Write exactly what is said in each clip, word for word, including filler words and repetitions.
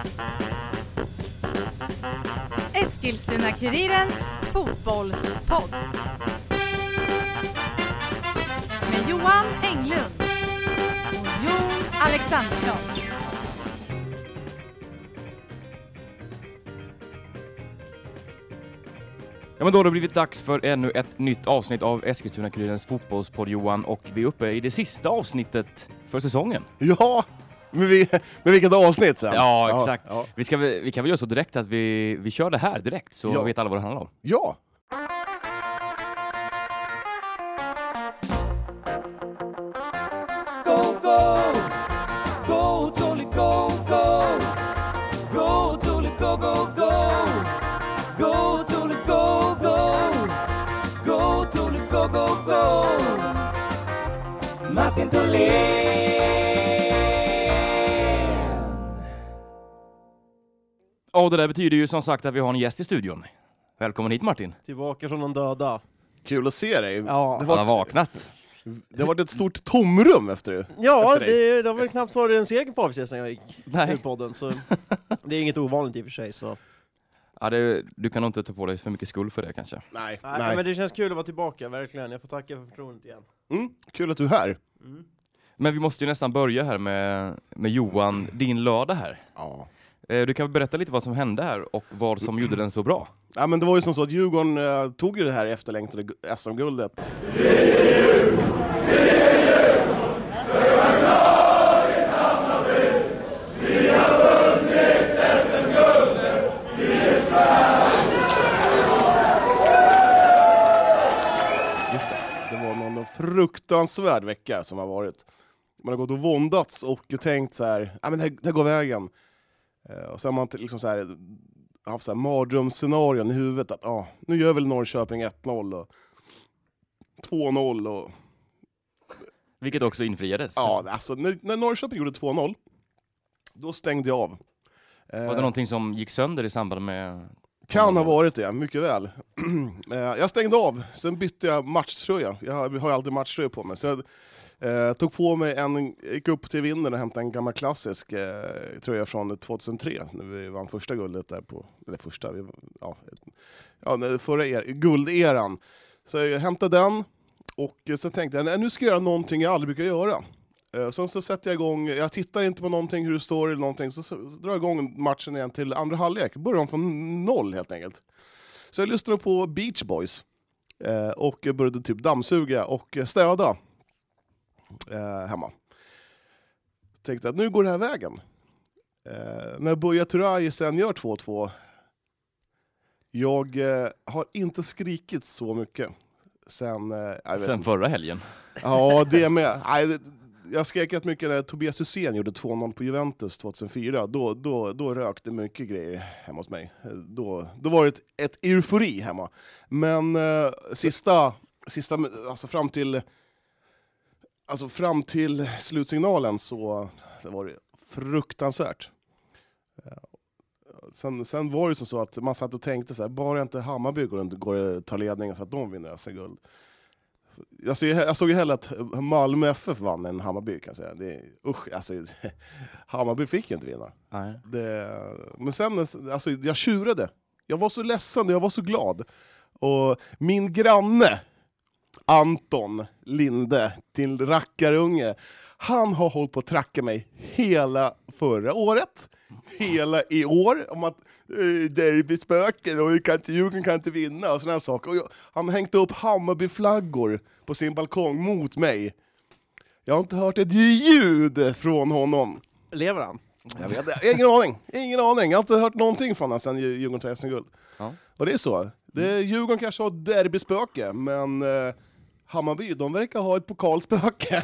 Eskilstuna-Kurirens fotbollspodd. Med Johan Englund och Jon Alexandersson. Ja, men då har det blivit dags för ännu ett nytt avsnitt av Eskilstuna-Kurirens fotbollspodd, Johan. Och vi är uppe i det sista avsnittet för säsongen. Ja, men, vi, men vilket avsnitt sen? Ja, exakt. Ja, ja. Vi, ska, vi kan väl göra så direkt att vi, vi kör det här direkt, så Ja. vet alla vad det handlar om. Ja. Go, go, go, Tolly, go, go, go, Tolly, go, go, go, go, Tolly, go, go, go, Tolly, go, go, go, Martin Tholén. Och det där betyder ju som sagt att vi har en gäst i studion. Välkommen hit, Martin. Tillbaka från de döda. Kul att se dig. Ja. Det, Han har var, vaknat. det har varit ett stort tomrum efter, Ja, efter dig. det, det har väl knappt varit en seger på A F C sen jag gick Nej. ur podden, så det är inget ovanligt i och för sig. Så. Ja, det, du kan nog inte ta på dig för mycket skuld för det kanske. Nej, Nej, nej. men det känns kul att vara tillbaka, verkligen. Jag får tacka för förtroendet igen. Mm, kul att du är här. Mm. Men vi måste ju nästan börja här med, med Johan, din lördag här. Ja. Eh, Du kan berätta lite vad som hände här och vad som gjorde den så bra. Ja, men det var ju som så att Djurgården eh, tog ju det här efterlängtade gu- S M-guldet. Just det. Det var någon fruktansvärd vecka som har varit. Man har gått och våndats och tänkt så här, ja men det här, det här går vägen. Eh, och sen har man liksom så här haft så här mardrömsscenarion i huvudet att ah, nu gör väl Norrköping ett noll och två noll och Vilket också infriades. ja, alltså när, när Norrköping gjorde två noll då stängde jag av. Eh, Var det någonting som gick sönder i samband med... Kan ha varit det, mycket väl. Eh, jag stängde av, sen bytte jag matchtröja. Jag har, jag har alltid matchtröja på mig. Så jag eh, tog på mig en, gick upp till vinden och hämtade en gammal klassisk eh, tröja från tjugohundratre. När vi vann första guldet där på, eller första, vi, ja, ja, förra er, gulderan. Så jag hämtade den och så tänkte jag, nej, nu ska jag göra någonting jag aldrig brukar göra. Eh, sen så sätter jag igång, jag tittar inte på någonting, hur det står eller någonting, så, så, så drar jag igång matchen igen till andra halvlek. Börjar de från noll helt enkelt. Så jag lyssnade på Beach Boys eh, och började typ dammsuga och städa eh, hemma. Tänkte att nu går det här vägen. Eh, när Buya Turay sen gör två två, jag eh, har inte skrikit så mycket sen... Eh, jag vet Sen inte. förra helgen. Ja, det med. Nej, det, jag skrek rätt mycket när Tobias Hysén gjorde två noll på Juventus tjugohundrafyra. Då, då, då rökte mycket grejer hemma hos mig. Då, då var det ett, ett eufori hemma. Men eh, sista, sista, alltså fram till, alltså fram till slutsignalen så det var det fruktansvärt. Sen, sen var det så, så att man satt och tänkte så här, bara inte Hammarby går, går tar ledningen så att de vinner S M-guld. Jag, ser, jag såg ju hellre att Malmö F F vann än Hammarby, kan jag säga. Det, usch, alltså, Hammarby fick ju inte vinna. Nej. Det, men sen, alltså, jag tjurade. Jag var så ledsen, jag var så glad. Och min granne, Anton Linde, till rackarunge, han har hållit på att tracka mig hela förra året. Hela i år om att uh, derbyspöken och kan inte, Djurgården kan inte vinna och såna här saker. Och jag, han hängde upp Hammarby-flaggor på sin balkong mot mig. Jag har inte hört ett ljud från honom. Lever han? Jag vet, ingen aning. Ingen aning. Jag har inte hört någonting från honom sedan Djurgården tog S M-guld. Ja. Och det är så. Det, Djurgården kanske har ett derbyspöke, men uh, Hammarby, de verkar ha ett pokalspöke.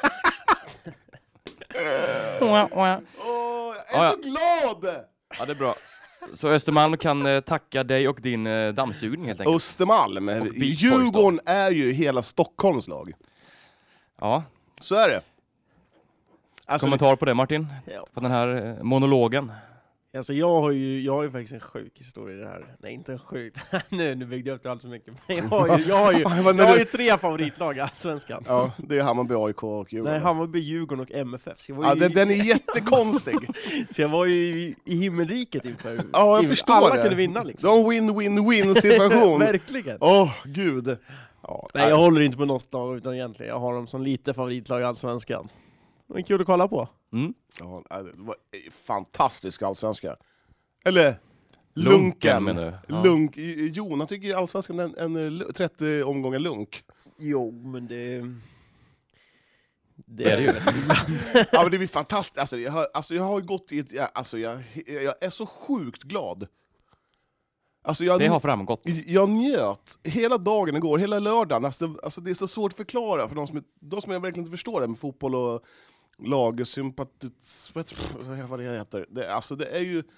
Åh, jag är Ja, så glad! Ja, det är bra. Så Östermalm kan eh, tacka dig och din eh, dammsugning helt enkelt. Östermalm. Beach Boys Djurgården är ju hela Stockholms lag. Ja. Så är det. Alltså, Kommentar på det, Martin? Ja. På den här eh, monologen. Alltså jag har ju, jag har ju faktiskt en sjuk historia i det här. Nej, inte en sjuk. nu, nu byggde jag upp det allt så mycket. Men jag har ju, jag har ju, Fan, vad jag har du- ju tre favoritlag i Allsvenskan. Ja, det är Hammarby, A I K och Djurgården. Nej, Hammarby, Djurgården och M F F. Så jag var Ja, ju, den, den är jättekonstig. så jag var ju i, i himmelriket inför. Ja, jag inför- förstår Alla det. kunde vinna liksom. Det var en win-win-win situation. Verkligen. Åh, oh, gud. Ja, nej, jag håller inte på något lag, utan egentligen jag har dem som lite favoritlag i Allsvenskan. Det är kul att kolla på. Mm. Ja, det var fantastisk allsvenska. Eller Lunken, Lunken. menar du? Ja. Lunk. Jo, jag tycker allsvenskan är en, en trettio omgångar lunk. Jo, men det... Det är det ju. Ja, men det blir fantastiskt. Alltså, jag har, alltså, jag har gått i ett... jag- Alltså, jag, jag är så sjukt glad. Alltså, jag, Det har framgått. jag njöt hela dagen igår, hela lördagen. Alltså, det, alltså, det är så svårt att förklara för de som, de som jag verkligen inte förstår det med fotboll och lagsympatis... Vad det heter. Det, alltså, det är ju...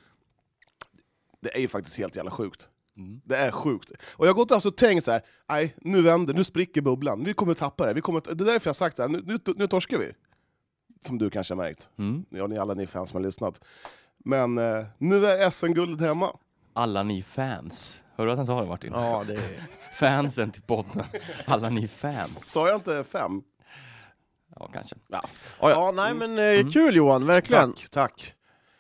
Det är ju faktiskt helt jävla sjukt. Mm. Det är sjukt. Och jag har gått alltså och tänkt så här: nej, nu vänder, nu spricker bubblan. Vi kommer tappa det. Vi kommer, det är därför jag har sagt det här. Nu, nu, nu torskar vi. Som du kanske har märkt. Mm. Ja, ni alla ni fans som har lyssnat. Men eh, nu är S M-guldet hemma. Alla ni fans. Hör du att han sa det, Martin? Ja, det är... Fansen till podden. Alla ni fans. Sa jag inte fem? Ja, kanske. Ja, Ja, nej men eh, Mm. kul Johan, verkligen. tack, tack.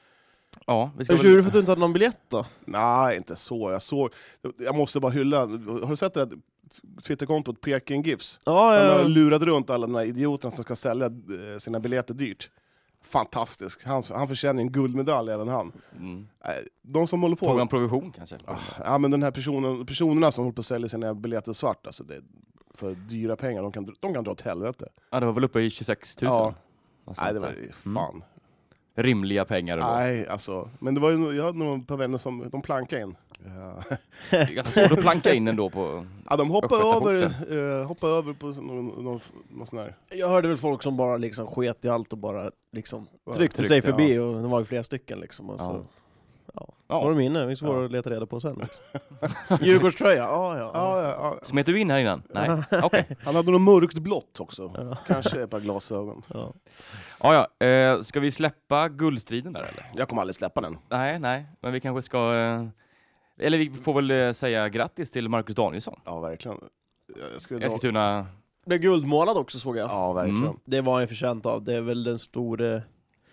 Ja, vi ska Hur väl... har du fått inte någon biljett då? Nej, inte så. Jag såg... Jag måste bara hylla... Har du sett det där Twitterkontot Peking Gifs? Ja, Han har ja. lurat runt alla de här idioterna som ska sälja eh, sina biljetter dyrt. Fantastisk. Han, han förtjänar en guldmedalj, även han. Mm. Nej, de som håller på... Tog han provision kanske? Ja, men den här personen, personerna som håller på att sälja sina biljetter svart, alltså det är för dyra pengar, de kan, de kan dra åt helvete. Ja, det var väl uppe i tjugosex tusen. Ja. Någonstans Nej, det var där. ju fan. Rimliga pengar. Då. Nej, alltså. Men det var ju, jag hade nog ett par vänner som de plankade in. Ja, Det är ganska svårt att planka in ändå på... ja de hoppade Östgöta över, eh, hoppade över på någon, någon, någon sån här... Jag hörde väl folk som bara liksom sket i allt och bara liksom Ja, tryckte tryckte, sig förbi, och det var ju flera stycken liksom. Och så, Ja. ja. Ja. Var de inne? Det är svårt Ja. att leta reda på sen. Liksom. Djurgårdströja, ja ja. Ja, ja, ja. Smet du in här innan? Nej, okej. Han hade något mörkt blått också. Ja. Kanske ett par glasögon. Ja. Ja, ja. Eh, ska vi släppa guldstriden där eller? Jag kommer aldrig släppa den. Nej, nej. Men vi kanske ska... Eh... Eller vi får väl eh, säga grattis till Marcus Danielsson. Ja, verkligen. Jag skulle dra... Eskilstuna... Blev guldmålad också, såg jag. Ja, verkligen. Mm. Det var en förtjänt av. Det är väl den store...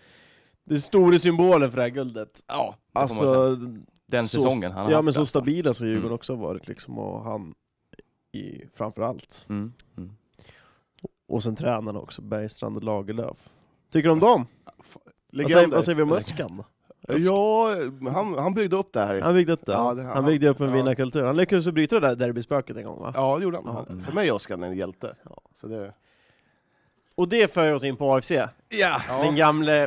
Den stora symbolen för det här guldet. Ja, det får man säga. Alltså, Den så, säsongen han har ja, haft men så alltså. stabila som Djurgården Mm. också har varit liksom, och han i, framför allt. Mm. Mm. Och sen tränarna också, Bergstrand och Lagerlöf. Tycker du om dem? Vad säger, Legender. vad säger vi om Öskan? Ja, han, han byggde upp det här. Han byggde upp det. Ja, det- han byggde upp en ja. vinnarkultur. Han lyckades ju bryta det där derbyspöket en gång, va? Ja, det gjorde han. Ja. Han- För mig är Oskar en hjälte. Ja. Så det... Och det för oss in på A F C. Ja, Den gamle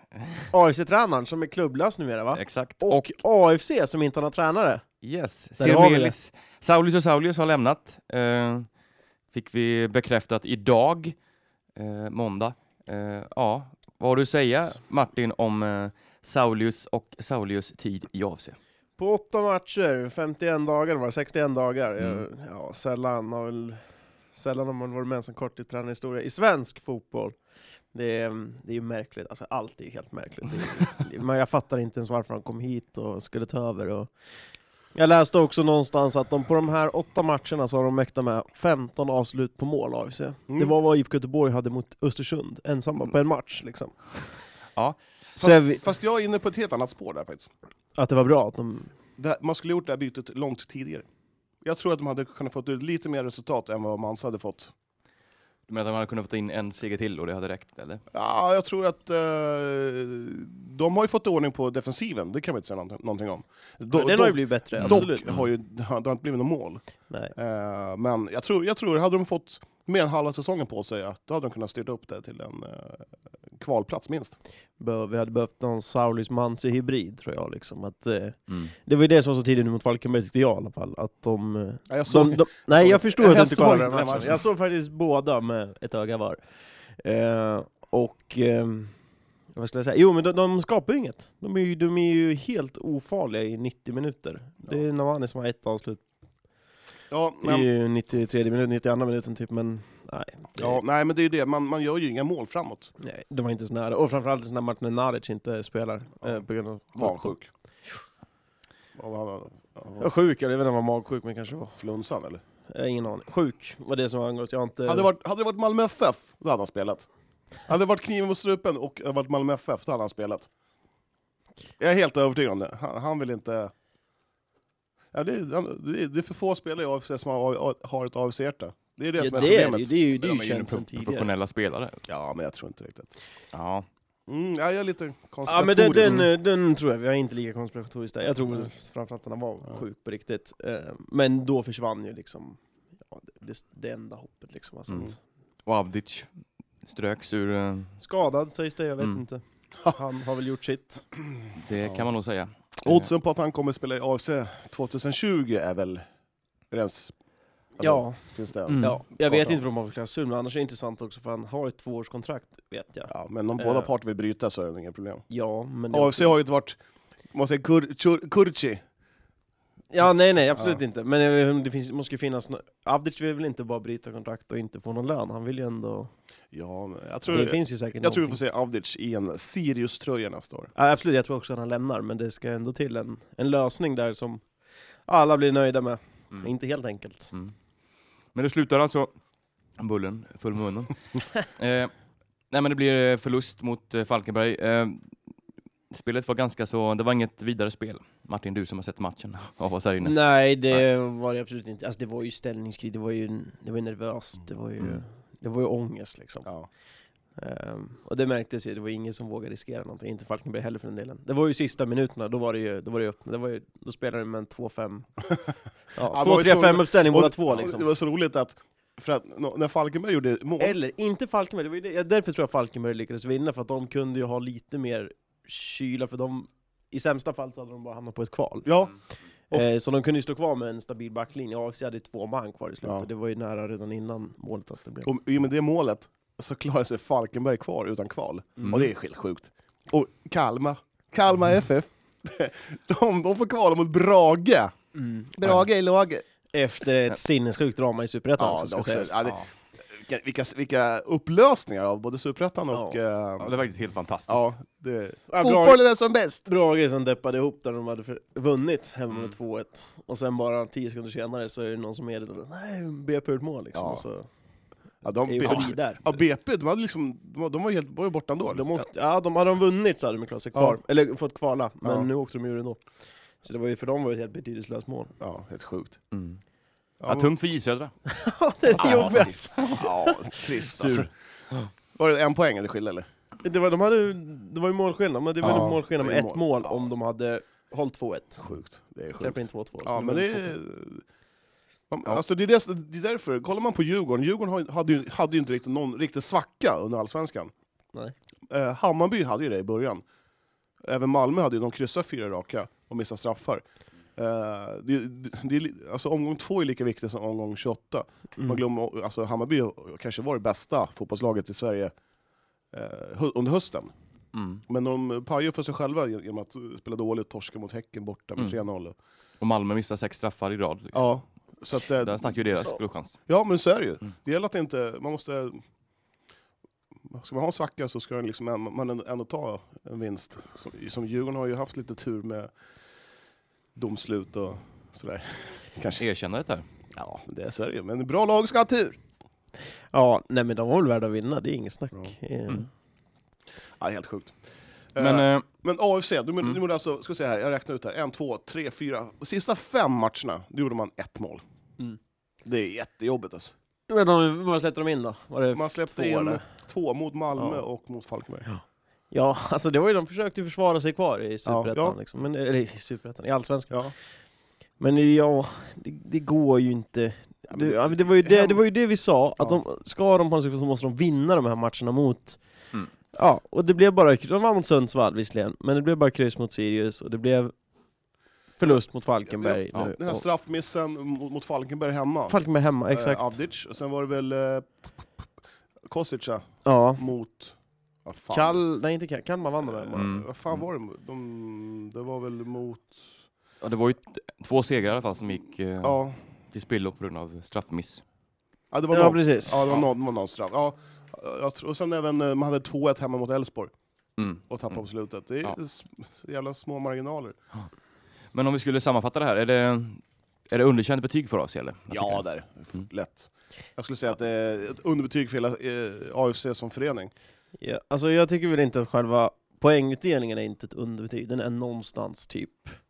A F C-tränaren som är klubblös numera, va? exakt. Och, Och, A F C som inte har några tränare. yes, Där har vi Semelis, Saulius och Saulius har lämnat. Eh, fick vi bekräftat idag, eh, måndag. Eh, ja, vad har du att säga, Martin, om eh, Saulius och Saulius tid i A F C? På åtta matcher, femtioen dagar, var det sextioen dagar. Mm. Ja, sällan har väl sällan har man varit med som korttidstränarhistoria i svensk fotboll. Det är, det är ju märkligt, alltså allt är helt märkligt. Det är, men jag fattar inte ens varför han kom hit och skulle ta över. Och jag läste också någonstans att de på de här åtta matcherna så har de mäktat med femton avslut på mål, A F C. Mm. Det var vad IFK Göteborg hade mot Östersund, ensamma på en match liksom. Ja. Så jag vi- Fast, fast jag är inne på ett helt annat spår där faktiskt. att det var bra att de... Det här, man skulle gjort det här bytet långt tidigare. Jag tror att de hade kunnat fått ut lite mer resultat än vad Mans hade fått. Du menar att man hade kunnat få in en seger till och det hade räckt, eller? Ja, jag tror att eh, de har ju fått ordning på defensiven, det kan man inte säga någonting, någonting om. Do, Den har ju blivit bättre, Mm. dock absolut. har ju, det har inte blivit något mål. Nej. Eh, men jag tror, jag tror, hade de fått mer än halva säsongen på sig, att då hade de kunnat styra upp det till en eh, kvalplats minst. Be- Vi hade behövt någon Saulis Mansi hybrid, tror jag. Liksom. Att, eh, Mm. det var ju det som var så tidigt nu mot Falkenberg, tyckte jag i alla fall. Att de, eh, Ja, jag såg, de, de, nej, såg- jag förstår jag att du inte såg kollade inte den den matchen. matchen. Jag såg faktiskt båda med ett öga var. Eh, och... Eh, vad skulle jag säga? Jo, men de, de skapar ju inget. De är ju, de är ju helt ofarliga i nittio minuter. Det är Navani som har ett avslut ja, i men, nittiotredje minuten, nittioandra minuten typ. Men Nej, det, Ja, nej, men det är ju det. Man, man gör ju inga mål framåt. nej, de var inte så nära. Och framförallt så när Martin Naric inte spelar. Ja. Eh, på grund av Var han sjuk? Var han, Jag var sjuk, jag vet inte om han var magsjuk, men kanske var. flunsan eller? Jag har ingen aning. Sjuk var det som angått. Jag har inte... Hade det, varit, hade det varit Malmö F F, då hade han spelat. Hade det varit kniven mot strupen och det varit Malmö F F, då hade han spelat. Jag är helt övertygad om det. Han, han vill inte... Ja, det, är, det är för få spelare i A F C som har, har ett A F C-hjärta. Det är det Ja, som är det är problemet. det. Det är ju, det De är är ju ju känt sedan prof- tidigare. professionella spelare. Ja, men jag tror inte riktigt. Ja. Mm, ja, jag är lite Ja, konspiratorisk. men den, den, den tror jag, vi är inte lika konspiratoriskt där. Jag tror väl framförallt att han var Ja. sjuk på riktigt. Eh, Men då försvann ju liksom ja, det, det enda hoppet liksom. Alltså Mm. att, Och Avdic ströks ur... eh, skadad sägs det, jag vet Mm. inte. Han har väl gjort sitt. Det Ja. kan man nog säga. Oddsen på att han kommer spela i A F C tjugo är väl... Är det ens, alltså, Ja, Finns det ens? Mm. ja, jag vet Prata om. inte vad man får klausul, men annars är det intressant också för han har ett tvåårskontrakt, vet jag. Ja, men om Eh. båda parter vill bryta så är det inga problem. Ja, men... det- A F C har ju inte varit... Man säger kur, kur, Kurci. Ja, nej, nej, absolut Ja. inte. Men jag vet, det finns, måste ju finnas... no- Avdic vill väl inte bara bryta kontrakt och inte få någon lön? Han vill ju ändå... Ja, men jag Det tror, finns ju säkert jag tror vi får någonting. se Avdic i en Sirius-tröja nästa år. Ja, absolut, jag tror också att han lämnar, men det ska ändå till en, en lösning där som alla blir nöjda med. Mm. Inte helt enkelt. Mm. Men det slutar alltså... Bullen, full munnen. eh, nej men det blir förlust mot eh, Falkenberg. Eh, spelet var ganska så... Det var inget vidare spel. Martin, du som har sett matchen av oss här inne. Nej, det var det absolut inte. Alltså det var ju ställningskrig, det var ju, det var ju nervöst, det var ju, Mm. det var ju ångest liksom. Ja. Ehm, och det märktes ju, det var ingen som vågade riskera någonting, inte Falkenberg heller för den delen. Det var ju sista minuterna, då var det ju, då var det ju öppna, det var ju, då spelade de med en två fem, ja, Ja, två var ju tre fem tvungen- uppställning båda Och- två och Det liksom. var så roligt att... För att nå- när Falkenberg gjorde mål... Eller, inte Falkenberg, det var ju det, ja, därför tror jag Falkenberg lyckades vinna, för att de kunde ju ha lite mer kyla, för de, i sämsta fall så hade de bara hamnat på ett kval. Ja, Och- Eh, så de kunde ju stå kvar med en stabil backlinje. A F C hade två man kvar i slutet. Ja. Det var ju nära redan innan målet att det blev. och i och med det målet så klarade sig Falkenberg kvar utan kval. Mm. Och det är helt sjukt. Och Kalmar, Kalmar F F, de, de får kvala mot Brage. Mm. Brage i laget. Efter ett sinnessjukt drama i Superettan Ja, också, det ska också, sägas. ja, det, Ja. vilka, vilka, vilka upplösningar av både Superettan och... Ja. eh, Ja, det var faktiskt helt fantastiskt. ja, det, Ja, fotbollen är som bäst! Brage som deppade ihop där de hade för, vunnit hemma med Mm. två ett. Och sen bara tio sekunder senare så är det någon som meddelade nej, B P har gjort mål liksom. Ja. Och så Ja, de, är ju ja, förbi där. ja, B P, de, hade liksom, de, var, de var helt var ju borta ändå. De åkte, ja, de hade de vunnit så hade de klarat sig kvar. Ja. Eller fått kvala, men Ja. nu åkte de ur ändå. Så det var ju för dem var det ett helt betydelselöst mål. Ja, helt sjukt. Mm. Ja, Ja, tungt för J Södra. det är Ja, jobbigt. faktiskt. Ja, trist Sur. alltså. Var det en poäng eller skillnad eller? Det var, de hade, det var ju målskillnad, men det var Ja, ju målskillnad med det är ett mål. mål Ja. om de hade hållit två ett. Sjukt. Det är Släpper in sjukt. två två. Ja, men det är... Man, Ja. Alltså det, är det, det är därför, kollar man på Djurgården, Djurgården har- hade ju, hade ju inte riktigt någon riktig svacka under Allsvenskan. Nej. Eh, Hammarby hade ju det i början. Även Malmö hade ju, de kryssade fyra raka och missade straffar. Eh, det, det, det, är li- alltså omgång två är lika viktig som omgång tjugoåtta. Man Mm. glömmer, alltså Hammarby kanske var det bästa fotbollslaget i Sverige eh, hö- under hösten. Mm. Men de pajar för sig själva genom att spela dåligt och torska mot Häcken borta med Mm. tre noll. Och Malmö missar sex straffar i rad. Liksom. Ja, så att, eh, Där stack ju deras guldchans. ja, men så är det ju. Mm. Det gäller att inte, man måste... Ska man ha en svacka så ska man, liksom, en- man ändå, ändå ta en vinst. Som, som Djurgården har ju haft lite tur med domslut och sådär. Kanske. Erkännandet här. Ja, det är så är det ju. Men bra lag ska ha tur. Ja, nej men de var väl värda att vinna, det är inget snack. Ja. Eh, Mm. Ja, helt sjukt. Men Eh, eh, men A F C, du, Mm. du gjorde alltså, ska jag säga här, jag räknar ut här, en, två, tre, fyra. De sista fem matcherna, då gjorde man ett mål. Mm. Det är jättejobbigt alltså. Men de, vad släppte de in då? Var det Man släppte två, in eller? två mot Malmö Ja. och mot Falkenberg. Ja, alltså det var ju, de försökte ju försvara sig kvar i Superettan Ja. liksom. Men, eller i Superettan, i Allsvenskan. Ja. Men ja, det, det går ju inte. Ja, men Det, det- ja, det, var ju det, hem- det var ju det vi sa, att Ja. de, ska de hålla sig kvar så måste de vinna de här matcherna mot... Mm. Ja, och det blev bara, de var mot Sundsvall visserligen, men det blev bara kryss mot Sirius, och det blev förlust mot Falkenberg. Ja, nu. Den här Och- straffmissen mot, mot Falkenberg hemma. Falkenberg hemma, exakt. Eh, Avdic. Och sen var det väl eh, Kosica Ja. mot... Vad fan? Kall, nej inte Kall, Kalmar vann de hemma. Mm. Vad fan var det? De, det var väl mot... ja, det var ju t- två segrar i alla fall som gick eh, Ja, till spillo på grund av straffmiss. Ja, det var Ja, någon, precis. ja, det var någon, det var någon straff. Ja, jag tror, och sen även, eh, man hade två ett hemma mot Elfsborg Mm. och tappade Mm. på slutet. Det är Ja. s- jävla små marginaler. Men om vi skulle sammanfatta det här, är det, är det underkänt betyg för oss eller? Ja, där. Mm. Lätt. Jag skulle säga att det är ett underbetyg för hela eh, A F C som förening. Ja, alltså jag tycker väl inte att själva poängutdelningen är inte ett underbetyg. Den är någonstans typ,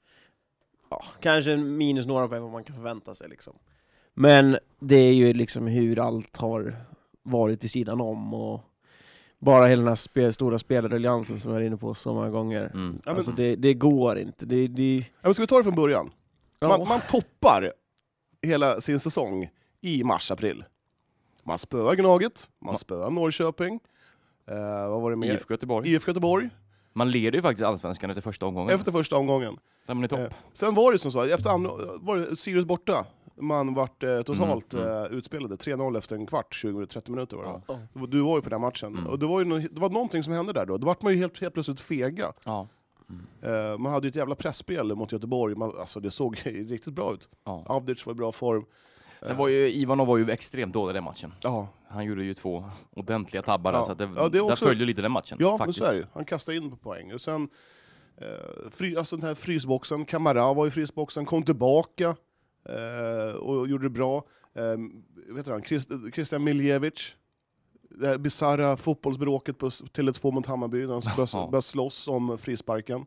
ja, kanske minus några poäng vad man kan förvänta sig liksom. Men det är ju liksom hur allt har varit vid sidan om och bara hela den här spel, stora spelaralliansen som jag är inne på så många gånger. Mm. Ja, men, Alltså det, det går inte. Det, det, ja, men ska vi ta det från början? ja. Man, man toppar hela sin säsong i mars-april. Man spöar Gnaget, man Ma- spöar Norrköping. Eh, vad var det mer? I F K Göteborg. I F K Göteborg, Man leder ju faktiskt allsvenskan efter första omgången. efter första omgången. Där man är topp. Eh, sen var det som så, efter andra, var det Sirius borta. Man vart eh, totalt Mm, mm. eh, utspelade. tre noll efter en kvart, tjugo till trettio minuter var det. Ja. va? Du var ju på den matchen. Mm. Och det var ju no- det var någonting som hände där då. Då vart man ju helt, helt plötsligt fega. Ja. Eh, man hade ju ett jävla pressspel mot Göteborg. Man, alltså det såg riktigt bra ut. Ja. Avdic var i bra form. Sen var ju Ivanov var ju extremt dålig den matchen. Ja, Han gjorde ju två ordentliga tabbar där, Ja. så att det, Ja, det är också- där följde lite den matchen. ja faktiskt. men så är det ju. Han kastade in på poäng. Och sen, eh, fry, alltså den här frysboxen, Kamara var i frysboxen, kom tillbaka eh, och gjorde det bra. Eh, vet du han, Christ, Christian Miljevic, det här bisarra fotbollsbråket på Tele två mot Hammarby, de Ja. började började slåss om frisparken.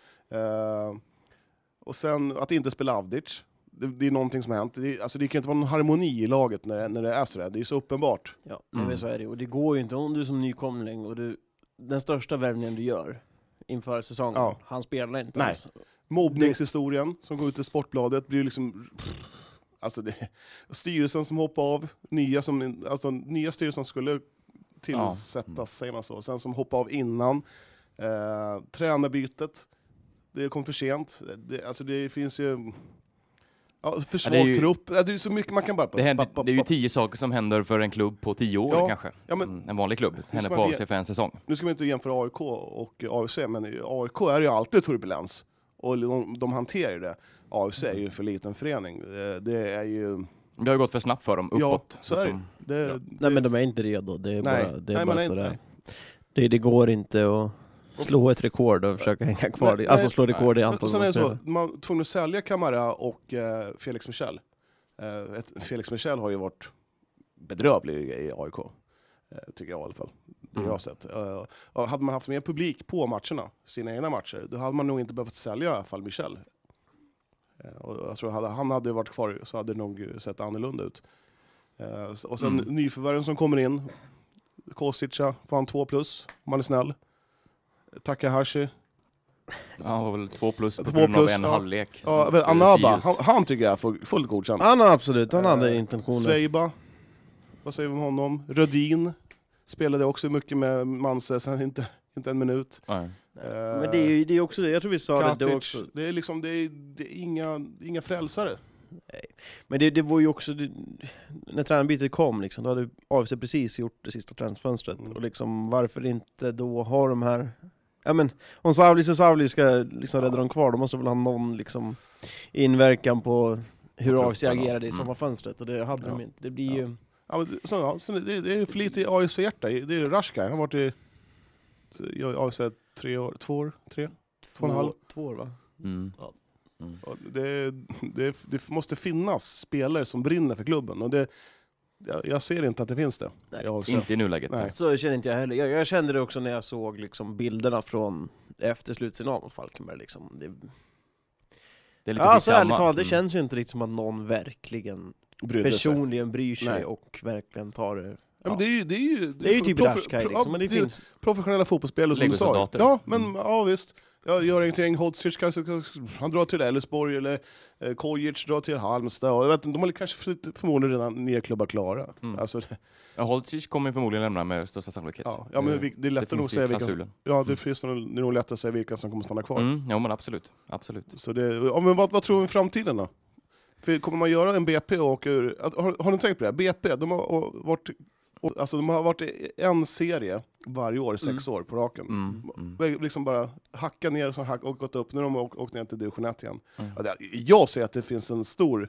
Eh, och sen att inte spela Avdic. Det, det är någonting som har hänt. Det, alltså det kan inte vara någon harmoni i laget när, när det är så där. Det är så uppenbart. Ja, Mm. men så är det. Och det går ju inte om du är som nykomling och du, den största värvningen du gör inför säsongen, Ja. han spelar inte Nej. ens. Mobbningshistorien som går ut i Sportbladet blir liksom... Alltså det, styrelsen som hoppar av, nya, som, alltså nya styrelsen skulle tillsättas, Ja. säger man så. Sen som hoppar av innan. Eh, tränarbytet, det kom för sent. Det, alltså det finns ju... Ja, för svag Ja, det är ju- trupp. Ja, det är så mycket man kan bara... Det, händer, det är ju tio saker som händer för en klubb på tio år Ja. kanske. Ja, men- Mm, en vanlig klubb. Händer man på inte A F C för en säsong. Nu ska man inte jämföra A I K och A F C, men i A I K är det ju alltid turbulens. Och de, de hanterar det. A F C är ju för liten förening. Det, det är ju... Det har ju gått för snabbt för dem, Ja, uppåt. så är det. Liksom. det, Ja. det Nej men de är inte redo, det är Nej. bara, det är Nej, bara man är så inte- där. Det, det går inte att slå ett rekord och försöka hänga kvar, Nej, alltså nej. slå rekord i Men- antal och sen är det så, matcher. man var tvungen att sälja Kamara och eh, Felix Michel. Eh, ett, Felix Michel har ju varit bedrövlig i A I K. Eh, tycker jag i alla fall. Det Mm. jag har sett. Eh, och hade man haft mer publik på matcherna, sina egna matcher, då hade man nog inte behövt sälja i alla fall Michel. Eh, och jag tror hade han hade varit kvar så hade det nog sett annorlunda ut. Eh, och sen Mm. nyförvärven som kommer in. Kosica får han två plus, om man är snäll. Takahashi. Ja, han var väl två plus på Två grund av plus, en ja. halvlek. Ja, mot, men eh, Anaba, Sirius. han, han tycker jag får fullt godkänt. Han har absolut, han hade Eh, intentioner. Sveiba, vad säger vi om honom? Rödin spelade också mycket med Manse, sen inte, inte en minut. Nej. Eh, Men det är ju det är också det, jag tror vi sa det Katic, då också. det är liksom, det är, det är inga, inga frälsare. Men det, det var ju också, det, när tränarbytet kom liksom, då hade A F C precis gjort det sista transfönstret. Mm. Och liksom, varför inte då ha de här... Ja men, om Savlis och Savlis ska liksom rädda dem kvar, då måste väl ha någon liksom inverkan på hur På A F C truppen, ja. agerade i Mm. sommarfönstret. Och det hade Ja. de inte. Det blir Ja. ju... Ja, men, så, ja, så det, det är för lite i A F C-hjärta. Det är Rashka, han har varit i, i A F C tre år, två år, tre. Två och en halv. Två år va? Mm. Ja. Och Det, det, det måste finnas spelare som brinner för klubben. Och det, jag, jag ser inte att det finns det. Nej, i A F C. Inte i nuläget. Nej. Så känner inte jag heller. Jag, jag kände det också när jag såg liksom bilderna från efter slutsignal mot Falkenberg. Liksom. Det, Det är lite ja, så skitsamma. ärligt talat, det Mm. känns ju inte riktigt som att någon verkligen Brydde sig. personligen bryr sig Nej. och verkligen tar det. Ja, men det är ju, det är ju, Det är ju typ prof- Rashkai pro- liksom, men det det är finns... professionella fotbollsspelare som du sa. Legosoldater. Ja, men Mm. ja visst. Jag gör ingenting. Hodzic kanske, han drar till Elfsborg eller eh, Kojic drar till Halmstad. Och jag vet, inte, de har kanske för, förmodligen redan nya klubbar klara. Mm. Alltså, det, Ja, Holtzic kommer förmodligen lämna med största sannolikhet. ja, ja, men Eh, vi- det är lättare finns att säga i vilka som, klausulen. ja, det, Mm. finns nog, det är nog lättare att säga vilka som kommer stanna kvar. Mm, ja men absolut. absolut. Så det, ja, men vad, vad tror vi om framtiden då? För kommer man göra en B P och åka ur... att- Har, har ni tänkt på det? B P, de har varit, alltså, de har varit i en serie varje år i sex år på raken. Mm, mm. Liksom bara hacka ner och, hack, och gått upp. Nu har de åkt, åkt ner till division ett igen. Mm. Ja, det, jag ser att det finns en stor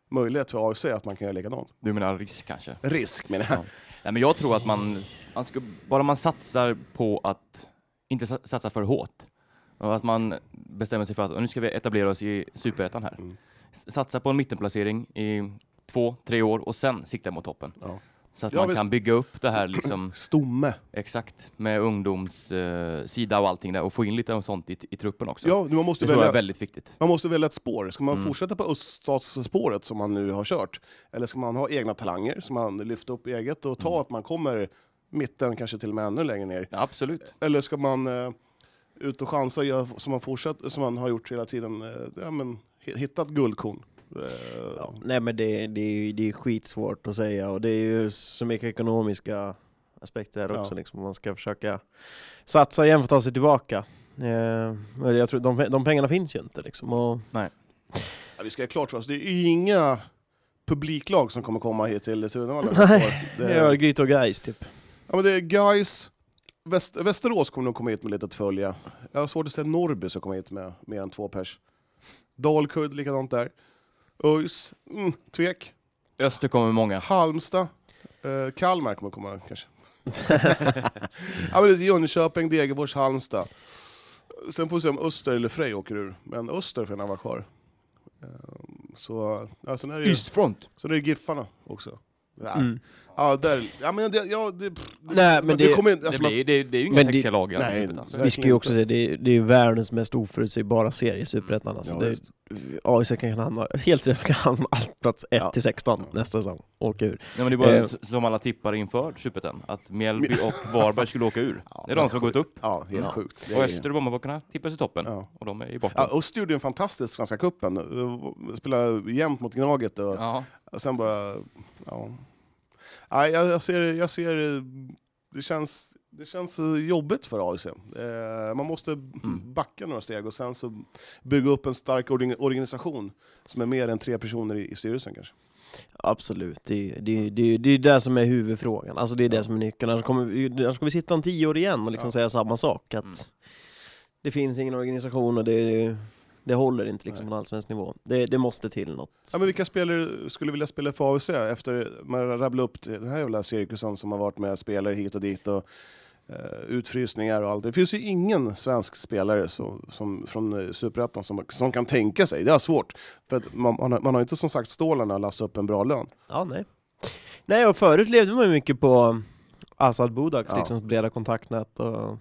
möjlighet för A F C att man kan göra likadant. Du menar risk kanske? Risk menar jag. Ja. Nej, men jag tror att man, man ska, bara man satsar på att inte satsa för hårt. Och att man bestämmer sig för att nu ska vi etablera oss i Superettan här. Mm. Satsa på en mittenplacering i två, tre år och sen sikta mot toppen. Ja. Så att ja, man visst. kan bygga upp det här liksom... Stomme. Exakt. Med ungdoms eh, sida och allting där. Och få in lite sånt i, i truppen också. Ja, man måste det välja, är väldigt viktigt. Man måste välja ett spår. Ska man mm. fortsätta på öststatsspåret som man nu har kört? Eller ska man ha egna talanger som man lyfter upp eget och ta mm. att man kommer mitten kanske till och med ännu längre ner? Ja, absolut. Eller ska man eh, ut och chansa göra som man fortsätter, som man har gjort hela tiden? Eh, ja, men, hittat guldkorn. Ja, nej men det, det, är, det är skitsvårt att säga och det är ju så mycket ekonomiska aspekter här också. Ja. Liksom, man ska försöka satsa igen för att ta sig tillbaka. Eh, jag tror, de, de pengarna finns ju inte. Liksom, och... Nej. Ja, vi ska ha klart för oss, det är ju inga publiklag som kommer komma hit till Tunavallen. Nej, det är Gryt och Gais typ. Ja, men det är Gais. Väst, Västerås kommer nog komma hit med lite att följa. Jag har svårt att se Norrby som kommer hit med mer än två pers. Dalkurd, likadant där. Öjs, mm, tvek. Öster kommer många. Halmstad. Uh, Kalmar kommer komma kanske. Ja, men det är Jönköping, Degerfors, Halmstad. Sen får vi se om Öster eller Frej åker ur. Men Öster får vara kvar. Uh, så, ja, sen är det ju, Eastfront. Så det är Giffarna också. Ja. Mm. Ja, där, ja, men det, ja, det, nej, men det, det, kommer inte, alltså, det, blir, det, det är ju inga sexiga lag. Nej, vi ska ju också säga det, det är världens mest oförutsägbara serie, Superettan. Alltså. Ja, det, A I C kan hamna, helt säkert kan hamna allt plats ett till sexton ja. nästa säsong. Åka ur. Nej, men det är bara eh. som alla tippar inför Superettan, att Mjällby och Varberg skulle åka ur. Ja, det är de som har gått upp. Ja, helt ja. sjukt. Och Öster och Bommarbockarna tippas i toppen. Ja. Och de är i botten. Ja, och studien fantastisk, Svenska cupen. Spelar jämnt mot Gnaget och, ja. och sen bara... Ja. Nej, jag, jag ser, jag ser det känns det känns jobbigt för A I C. Eh, man måste mm. backa några steg och sen så bygga upp en stark organisation som är mer än tre personer i, i styrelsen kanske. Absolut, det, det, det, det är det som är huvudfrågan. Alltså det är ja. det som är nyckeln. Annars kommer, annars ska vi sitta om tio år igen och liksom ja. säga samma sak. Att mm. det finns ingen organisation och det Det håller inte liksom på en allsvensk nivå. Det, det måste till något. Ja, men vilka spelare skulle vilja spela för A F C efter man rabblar upp den här jävla cirkusen som har varit med spelare hit och dit och uh, utfrysningar och allt. Det finns ju ingen svensk spelare så, som, från Superettan som, som kan tänka sig. Det är svårt. För att man, man, har, man har inte som sagt stålarna att lassa upp en bra lön. Ja, nej. Nej, och förut levde man ju mycket på Asad Budaks, ja. liksom breda kontaktnät och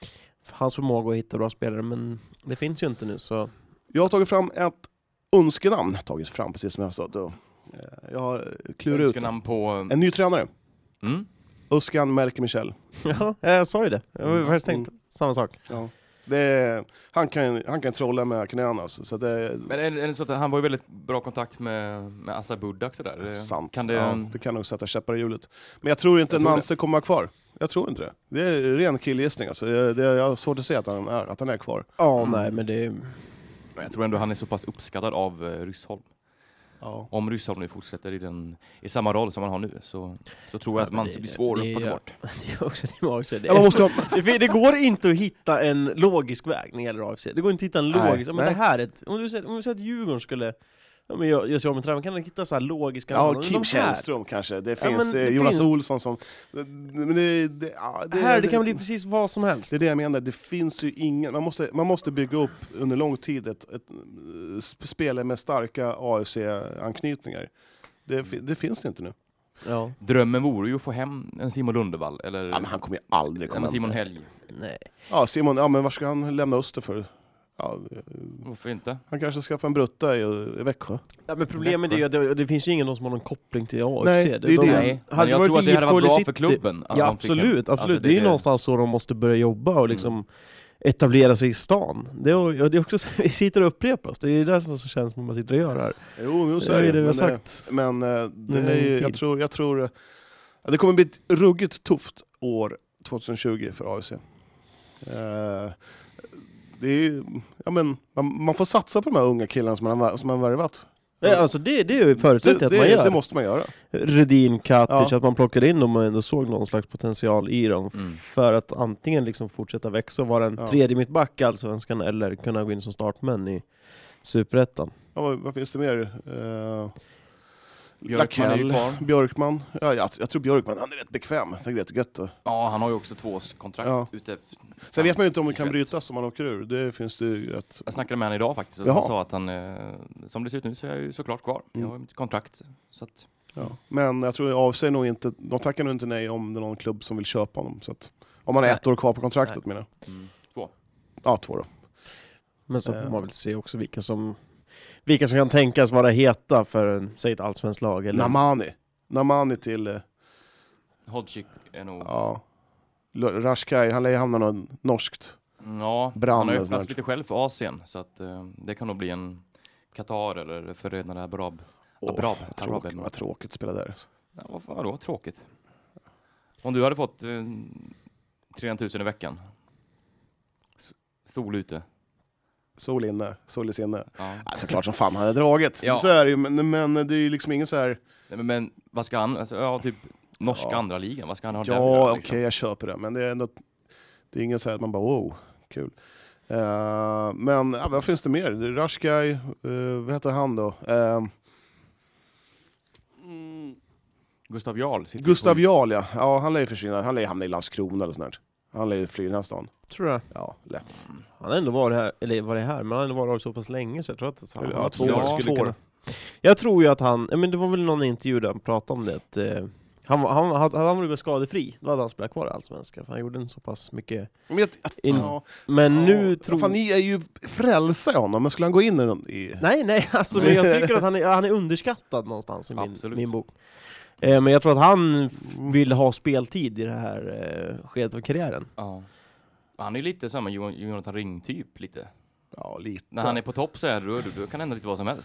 hans förmåga att hitta bra spelare. Men det finns ju inte nu så... Jag har tagit fram ett önskenamn, tagit fram precis som jag sa då. Jag har klurat ut på... en ny tränare. Mm. Özcan Melke Michel. Ja, jag sa ju det. Jag har faktiskt tänkt mm. samma sak. Ja. Det är, han, kan, han kan trolla med knäna. Alltså, så det, men är det, är det så att han var ju väldigt bra kontakt med, med Assa Budak så där. Sant. Kan det, ja, det kan nog sätta käppar i hjulet. Men jag tror inte att Nanse kommer kvar. Jag tror inte det. Det är ren killgissning. Alltså. Det, det, jag har svårt att se att han är, att han är kvar. Ja, mm. nej, men det... Men jag tror ändå han är så pass uppskattad av uh, Ryssholm. Ja. Om Ryssholm nu fortsätter i, den, i samma roll som han har nu så, så tror jag ja, att man blir svår att plocka bort. Det är också det, också, det, är så, det, det går inte att hitta en logisk väg när det gäller A F C. Det går inte att hitta en logisk... Nej, men det här är ett, om du säger om du säger att Djurgården skulle... Ja, men jag, jag ser om en tränare, kan man hitta så här logiska... Ja, Kim Källström kanske. Det finns ja, det Jonas finns... Olsson som... Men det, det, ja, det, här, det, det kan bli precis vad som helst. Det är det jag menar. Det finns ju ingen... Man måste, man måste bygga upp under lång tid ett, ett, ett spel med starka A F C-anknytningar. Det, det finns det inte nu. Ja. Drömmen vore ju att få hem en Simon Lundevall. Eller ja, men han kommer ju aldrig komma hem. Simon Helg. Nej. Ja, Simon... Ja, men var ska han lämna Öster för? Ja, varför inte? Han kanske ska få en brutta i, i Växjö. Ja, men problemet är att det, det finns ju ingen som har någon koppling till A F C. Nej, det är de, det. Nej, men jag tror att det hade varit bra för klubben. Ja, absolut. absolut. Alltså, det, det är ju någonstans så de måste börja jobba och liksom mm. etablera sig i stan. Det är, det är också så vi sitter och upprepar oss. Det är det som känns som man sitter och gör här. Jo, nu så är det. det, det men, sagt. men det är, är jag tror, jag tror det kommer bli ett ruggigt tufft år tjugohundratjugo för A F C. Uh, Det är, ja, men, man, man får satsa på de här unga killarna som man har, som man har värvat. Ja, alltså det, det är ju förutsättningen att det, man gör. Det måste man göra. Redin, Katic, ja. att man plockade in dem och ändå såg någon slags potential i dem. Mm. För att antingen liksom fortsätta växa och vara en ja. tredje mittback allsvenskan eller kunna gå in som startmän i Superettan. Ja, vad, vad finns det mer? Uh, Björkman är ju Lakell, kvar. Björkman. Ja, jag, jag tror Björkman, han är rätt bekväm. Det är rätt gött. Ja, han har ju också tvåårskontrakt Ja. ute. Sen vet man ju inte om det kan tjugoett. brytas om man åker ur. Det finns det ju rätt... Jag snackade med honom idag faktiskt och Jaha. han sa att han, eh, som det ser ut nu så är jag ju såklart kvar. Mm. Jag har ju mitt kontrakt. Så att, Ja. Men jag tror av sig nog inte, de tackar nog inte nej om det är någon klubb som vill köpa honom. Så att, om man har Nej. ett år kvar på kontraktet menar jag. mm, två. Ja, två då. Men så får Eh. man väl se också vilka som vilka som kan tänkas vara heta för en, säg ett allsvenskt lag. Eller... Namani. Namani till, eh, Hodgik är nog... ja, L- Rashkai, han lär ju hamna något norskt. Ja, Brand han har och öppnat sånt. lite själv för Asien. Så att eh, det kan nog bli en Qatar eller Förenade Arab. Åh, Arab. vad, Arab tråkigt, eller vad något. tråkigt att spela där. Ja, vad fan då? Tråkigt. Om du hade fått eh, trehundratusen i veckan. S- Sol ute. Sol inne, sol i sinne. Ja. Alltså klart som fan han hade dragit. Ja. Så är det ju, men, men det är ju liksom ingen så här. Nej, men, men vad ska han? Alltså, ja, typ norska Ja. andra ligan. Vad ska han ha där? Ja, okej, liksom? jag köper det. Men det är ändå, det är ingen så här att man bara wow, kul. Uh, men ja, vad finns det mer? Rashkai, uh, vad heter han då? Uh, Gustav Jarl. sitter Gustav på- Jarl, ja. Ja, han lär ju försvinna. Han lär ju hamna i Landskrona eller sånt där. Han lär ju fly den här stan. Tror jag. Ja, lätt. Han har ändå varit här, eller varit här, men han har ändå varit så pass länge så jag tror att han Ja, han två skulle år, skulle två år. kunna- Jag tror ju att han, ja, men det var väl någon intervju där han pratade om det, att eh, han, han, hade hade han varit skadefri, då hade han spelat kvar i Allsvenskan, för han gjorde en så pass mycket. Men, jag, In- ja, Men ja, nu tror... Fan, ni är ju frälsta i honom, men skulle han gå in i... någon- i Nej, nej, alltså, men jag tycker att han är, han är underskattad någonstans i min, Absolut. min bok. Eh, men jag tror att han f- vill ha speltid i det här eh, skedet av karriären. Ja. Han är lite samma Johan- Jonathan Ring-typ lite. Ja, lite. När han är på topp så är det, då, då kan hända lite vad som helst.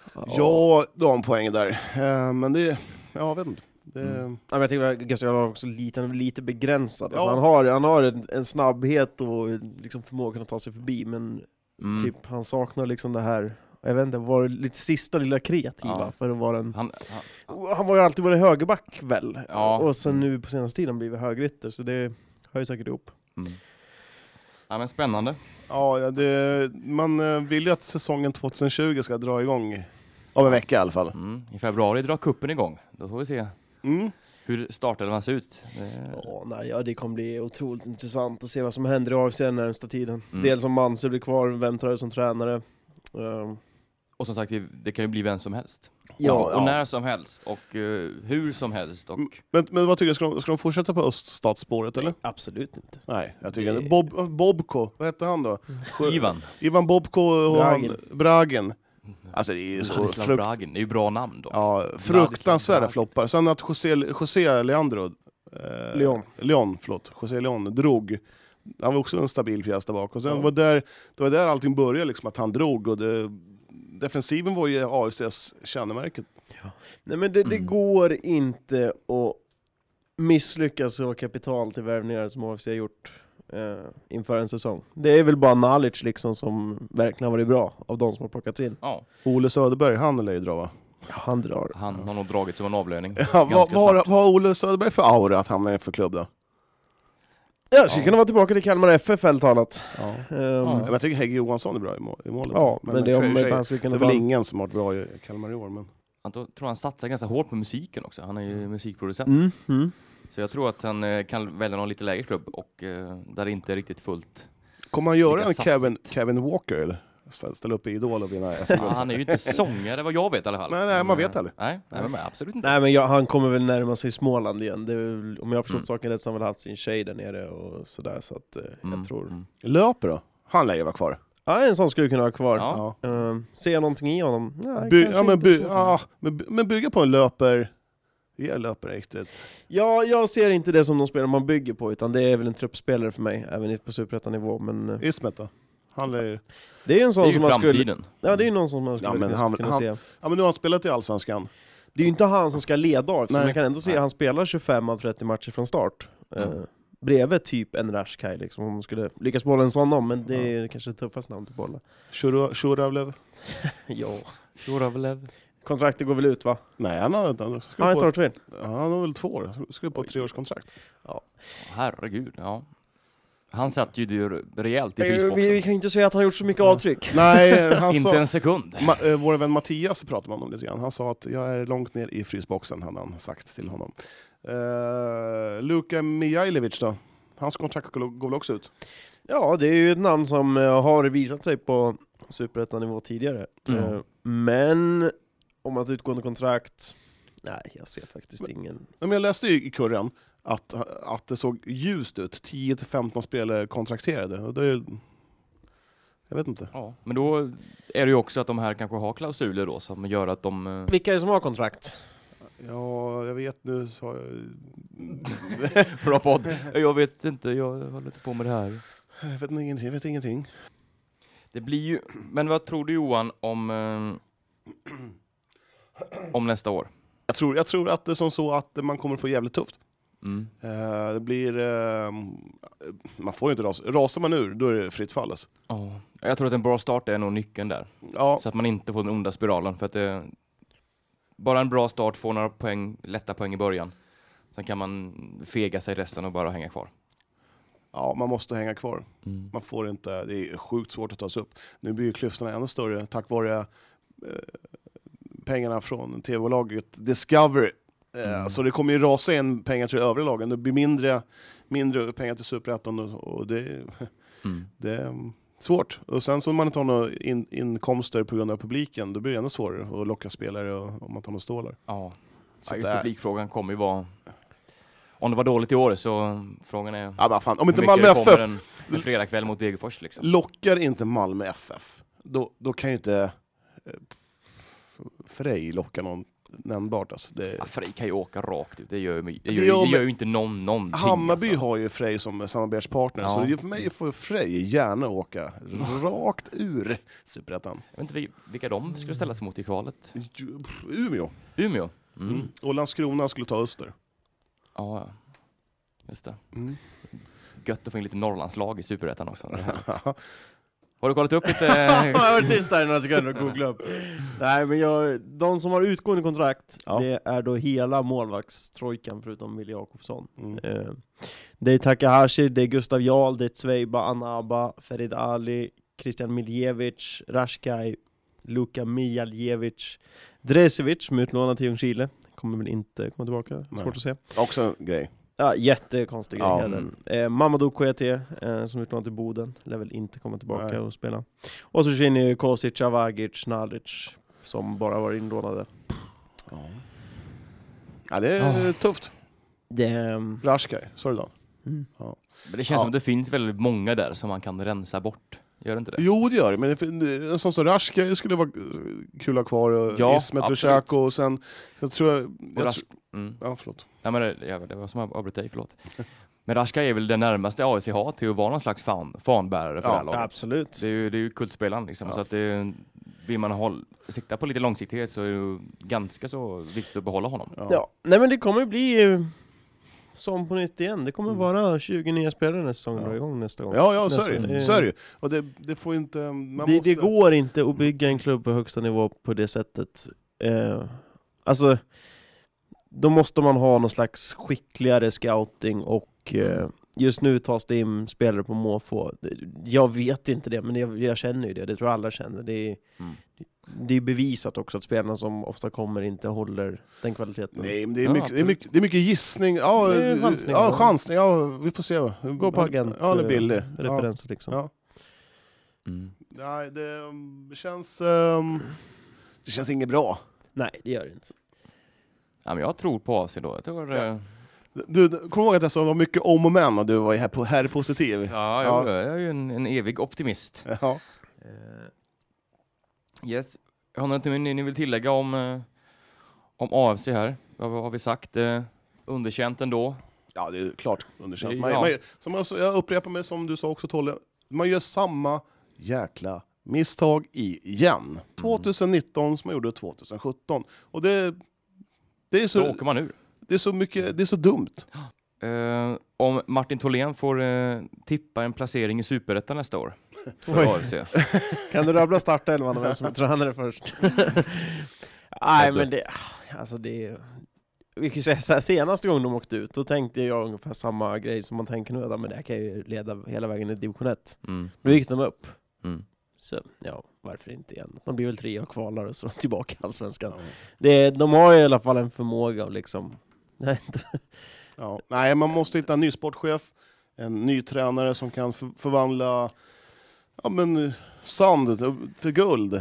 Ja, du har en poäng där. Eh, men det... Ja, jag vet inte. Det, Mm. Ja, men jag tycker att Gustav Jarl är också lite, han är lite begränsad. Alltså, Ja. han har, han har en, en snabbhet och liksom förmågan att ta sig förbi, men Mm. typ, han saknar liksom det här, jag vet inte, var lite sista lilla kreativa Ja. för att vara en... Han, han, Han var ju alltid varit högerback väl? Ja. Och sen nu på senaste tiden blivit högerytter, så det hör ju säkert ihop. mm. Ja, men spännande. ja, ja, det, man eh, vill ju att säsongen tjugohundratjugo ska dra igång. Om en vecka i alla fall. Mm. I februari drar kuppen igång. Då får vi se Mm. hur startelvan ser ut. Det... Ja, nej, ja, det kommer bli otroligt intressant att se vad som händer i A F C den närmsta tiden. Mm. Dels om Manse blir kvar, vem tar det som tränare? Um, Och som sagt, det kan ju bli vem som helst. ja, och, och ja. när som helst. Och uh, hur som helst. Och... Men, men vad tycker du? Ska de, ska de fortsätta på öststatsspåret eller? absolut inte. Nej, jag tycker Det- det... Bob, Bobko, vad hette han då? Ivan. Ivan Bobko och Bragin. han, Bragen. Alltså det är ju så Vladislav frukt, Bragin. Det är ju bra namn då. ja, Vladislav fruktansvärda Bragin. floppar. Sen att José, José Leandro, eh, Leon. Leon, förlåt, José Leon drog. Han var också en stabil pjäs där bak. Och sen Ja. var där, det var där allting började, liksom, att han drog. Och det, defensiven var ju A F C:s kännemärke. Nej, men det, det Mm. går inte att misslyckas så kapitalt i värvningar som A F C har gjort eh, inför en säsong. Det är väl bara Nalic liksom som verkligen har varit bra av de som har plockats in. Ja, Ole Söderberg, han lär ju dra va? Han drar. han har nog dragit som en avlöning. Ja, vad, Ganska vad, har- snabbt. vad har Ole Söderberg för aura att hamna i för klubb då? Jag skulle Ja. kunna vara tillbaka till Kalmar F F helt talat. Ja. Ehm, Ja. Jag tycker Hägg Johansson är bra i, mål, i målet. Ja, men, det är om tjej- att han skulle det kunna är ta... väl ingen som har varit bra i Kalmar i år. Men... Jag tror han satsar ganska hårt på musiken också. Han är ju musikproducent. Mm, mm. Så jag tror att han eh, kan välja någon lite lägre klubb och eh, där det inte är riktigt fullt. Kommer han göra Lika en satsigt. Kevin, Kevin Walker eller? Ställa ställa upp i Idol och vinna S M? Ja, han är ju inte sångare vad jag vet i alla fall. Nej, nej, man Men, vet eh, aldrig. Nej, nej men absolut inte. Nej, men jag, han kommer väl närma sig Småland igen. Det är, väl- om jag har förstått Mm. saken rätt så har han väl haft sin tjej där nere och sådär, så att eh, Mm, jag tror... mm. Löper då? Han lär ju vara kvar. Ja, en sån skulle kunna vara kvar. Ja. Ja. Ehm, ser jag någonting i honom? Nej, By, kanske ja, men, inte by, så. ja, men, by- men bygga på en löper... Ge löper riktigt. Ja, jag ser inte det som de spelare man bygger på, utan det är väl en truppspelare för mig, även på superettanivå. Men eh, Ismet då? Han lär ju... det är ju en Det sån är ju som man skulle... framtiden. Ja, det är ju någon som man skulle Ja, men kunna, han- kunna han- se. Ja, men nu har han spelat i Allsvenskan. Det är ju inte han som ska leda A F C, Nej. men man kan ändå se att Nej. han spelar tjugofem av trettio matcher från start. Mm. Eh, bredvid typ en Rashkai, liksom, om man skulle lyckas bolla en sån om, men det är kanske det tuffaste namn att bolla. Shura- Shuravlev? Ja. Shuravlev. Kontraktet går väl ut, va? Nej, han har, han, ska Han har på, ett år till. ja, han har väl två år. Ska på ett Oj. treårskontrakt. Herregud, ja. Han satt ju det rejält i Vi, frysboxen. vi kan ju inte säga att han gjort så mycket avtryck. Nej, han Inte sa, en sekund. Ma, äh, vår vän Mattias pratade med honom lite grann. Han sa att jag är långt ner i frysboxen, hade han sagt till honom. Uh, Luka Mijailovic då? Hans kontrakt går väl också ut? Ja, det är ju ett namn som uh, har visat sig på superettanivå tidigare. Mm. Uh, men om att utgående kontrakt, nej, jag ser faktiskt ingen. Men jag läste ju i kurren att, att det såg ljust ut. tio till femton spelare kontrakterade. Och det är, jag vet inte. Ja, men då är det ju också att de här kanske har klausuler då som gör att de... eh, Vilka är det som har kontrakt? Ja, jag vet nu. Så Bra podd. Jag vet inte, jag håller lite på med det här. jag, vet ingenting, jag vet ingenting. Det blir ju... Men vad tror du, Johan, om... Eh, om nästa år? Jag tror, jag tror att det är som så att man kommer få jävligt tufft. Mm. Uh, det blir... Uh, man får inte rasa. Rasar man ur, då är det fritt fall. Alltså. Ja. Jag tror att en bra start är nog nyckeln där. Ja, Så att man inte får den onda spiralen. För att det, bara en bra start får några poäng, lätta poäng i början. Sen kan man fega sig resten och bara hänga kvar. ja, man måste hänga kvar. Mm. Man får inte... Det är sjukt svårt att ta sig upp. Nu blir ju klyftorna ännu större tack vare uh, pengarna från tv-bolaget Discovery. Mm. Så det kommer ju rasa in pengar till övriga lagen. Det blir mindre, mindre pengar till Superettan och, och det, Mm. det är svårt. Och sen så om man inte har några in, inkomster på grund av publiken, då blir det ännu svårare att locka spelare och, om man tar några stålar. Ja, Så ja där. publikfrågan kommer ju vara... Om det var dåligt i år så frågan är... Ja, men fan, om inte hur Malmö mycket F kommer F en, en fredagkväll mot Degerfors liksom. lockar inte Malmö F F, då, då kan ju inte eh, Frej locka någon nämnbart. Alltså. Det, Ja, Frej kan ju åka rakt ut. Det gör, ju- det Det gör, gör det gör med- ju inte någon, någonting. Hammarby alltså. har ju Frej som samarbetspartner, Ja. så det är för mig får Frej gärna åka rakt ur Superettan. Jag vet inte vil- vilka de skulle ställa sig mot i kvalet. Umeå. Umeå. Mm. Mm. Och Landskrona skulle ta Öster. Ja, ja. Just det. Mm. Gött att få in lite Norrlandslag i Superettan också. Det är härligt. Har du kollat upp lite? Jag har varit tyst där i några sekunder och googlat upp. Nej, men jag, de som har utgående kontrakt, Ja. det är då hela målvaktstrojkan förutom Wille Jakobsson. Mm. Eh, det är Takahashi, det är Gustav Jarl, det är Tsvejba Anaba, Ferid Ali, Christian Miljevic, Rashkai, Luka Mijaljevic, Dresevic som är utlånad till Ljungskile. Kommer väl inte komma tillbaka, Nej. svårt att se. Också en grej. Ja, jättekonstig Ja, grej. mm. Eh, Mamadou Kouyaté, eh, som utlånad till Boden, lär väl inte komma tillbaka Nej. och spela. Och så försvinner ju Kosic, Avagic, Nalic, som bara var inlånade. Ja, ja det är Ja. tufft. Det, ehm, Rashkai, sorry då. mm. Men det känns Ja. som att det finns väldigt många där som man kan rensa bort. Gör det inte det? Jo, det gör det, men det, en sån som Rashkai skulle vara kul att ha kvar. Och Ja, Ismet absolut. Lushako och sen så tror jag... jag Rash- tr- Mm. ja, förlåt. Nej, men det, ja, det var som att avbryta dig, förlåt. Men Rashka är väl det närmaste A I C har till att vara någon slags fan, fanbärare för Ja, det här laget. absolut. Det är ju, det är ju kultspelaren liksom. Ja. Så att det, vill man håll, sikta på lite långsiktighet så är det ju ganska så viktigt att behålla honom. Ja. Ja, nej men det kommer bli eh, som på nytt igen. Det kommer Mm. vara tjugo nya spelare nästa gång, Ja. drar igång nästa gång. Ja, ja, så Nästa- är det ju. eh, Så är det ju. Och det, det får inte... Man det, måste... det går inte att bygga en klubb på högsta nivå på det sättet. Eh, alltså, då måste man ha någon slags skickligare scouting och eh, just nu tas det in spelare på måfå. Jag vet inte det, men jag, jag känner ju det. Det tror jag alla känner. Det är, Mm. det är bevisat också att spelarna som ofta kommer inte håller den kvaliteten. Nej, men det är, Ja, mycket, det, är absolut. mycket, det är mycket gissning. Ja, Det är chansning, ja, ja. chansning. Ja, vi får se. Gå på agent Ja, det är billig. eh, referenser liksom. Ja. Mm. Nej, det um, känns... Um, det känns inget bra. Nej, det gör det inte. Ja, men jag tror på A C då. Jag tror, Ja. eh, Du, du kommer ihåg att jag sa det var mycket om och men och du var här, på, här positiv? ja, Ja. jag, jag är ju en, en evig optimist. Ja. Yes. Har ni något ni, ni vill tillägga om, eh, om A F C här? Vad vad har vi sagt? Eh, underkänt ändå? Ja, det är klart underkänt. Det- Man, ja. man, som jag, jag upprepar mig som du sa också, Tolle. Man gör samma jäkla misstag igen. tjugonitton som man gjorde tjugosjutton. Och det, det, är Så så, åker man ur. det, är så mycket, det är så dumt. Eh, om Martin Tholén får eh, tippa en placering i Superettan nästa år för Oj. A F C. Kan du rabbla startelvan och vem som är tränare först? Nej, men det... Alltså det... vi kan säga så här, senaste gången de åkte ut, då tänkte jag ungefär samma grej som man tänker nu, men det här kan ju leda hela vägen i division ett. Mm. Då gick de upp. Mm. Så ja, varför inte igen? De blir väl tre och kvalar och så tillbaka i Allsvenskan. Ja. Det, de har ju i alla fall en förmåga att liksom... Nej, Ja. Nej, man måste hitta en ny sportchef, en ny tränare som kan för- förvandla ja, men, sand till, till guld.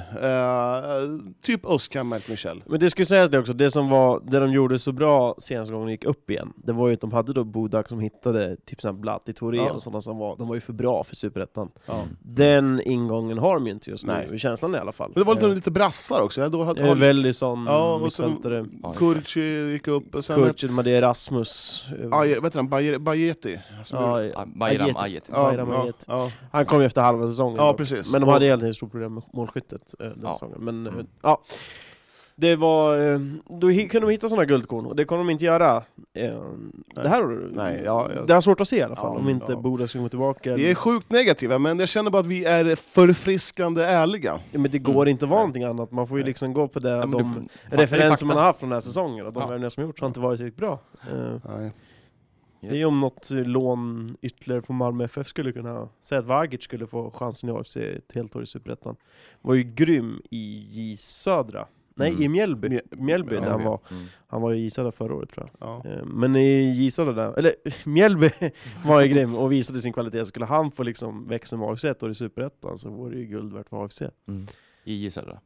Eh, typ Oskar Michel. men det skulle sägas det också, det som var det de gjorde så bra senaste gången de gick upp igen, det var ju att de hade då Bodak som hittade typ som Blatt i Toré Ja. och sådana som var, de var ju för bra för Superettan. Ja. Den ingången har de ju inte just nu, Nej. i känslan i alla fall. Men det var lite, Eh, lite brassar också. Jag då hade, eh, väldigt sån ja, och så mittfältare. Kurci gick upp. Och sen Kurci, de hade Erasmus. eh, Aj, vet du, Bajer- Bajeti. Alltså, ja, Ah, Bayram Ajeti. Ayet. ja, Bayram ja, Ayet. ja. Han kom ju efter halva säsongen. Ja, då. precis. Men de Och- hade egentligen ett stort problem med målskyttet eh, den Ja. säsongen. Men eh, ja, det var... Eh, då hi- kunde de hitta sådana guldkorn, och det kommer de inte göra. Eh, det här Nej, ja, ja. det är svårt att se i alla fall, Ja, om inte ja. Boda ska gå tillbaka. Vi är sjukt negativa, men jag känner bara att vi är förfriskande ärliga. Ja, men det går Mm. inte att vara Nej. någonting annat. Man får ju Nej. liksom gå på det, Ja, men de du får- fakta är referenser fakta. man har haft från den här säsongen, och de Ja. värvningar som gjorts har inte varit riktigt bra. Eh, Nej. Yes. Det är ju om något lån ytterligare från Malmö F F skulle kunna säga att Vagic skulle få chansen i A F C ett helt år i Superettan. Var ju grym i J Södra. Nej, Mm. i Mjällby. Mjä- Mjällby, där han var. Mm. Han var i J Södra förra året tror jag. Ja. Eh, Men i J Södra där, eller Mjällby var ju grym och visade sin kvalitet. Så skulle han få liksom växa med A F C ett år i Superettan, så vore det ju guld värt för A F C. Mm. I Södra.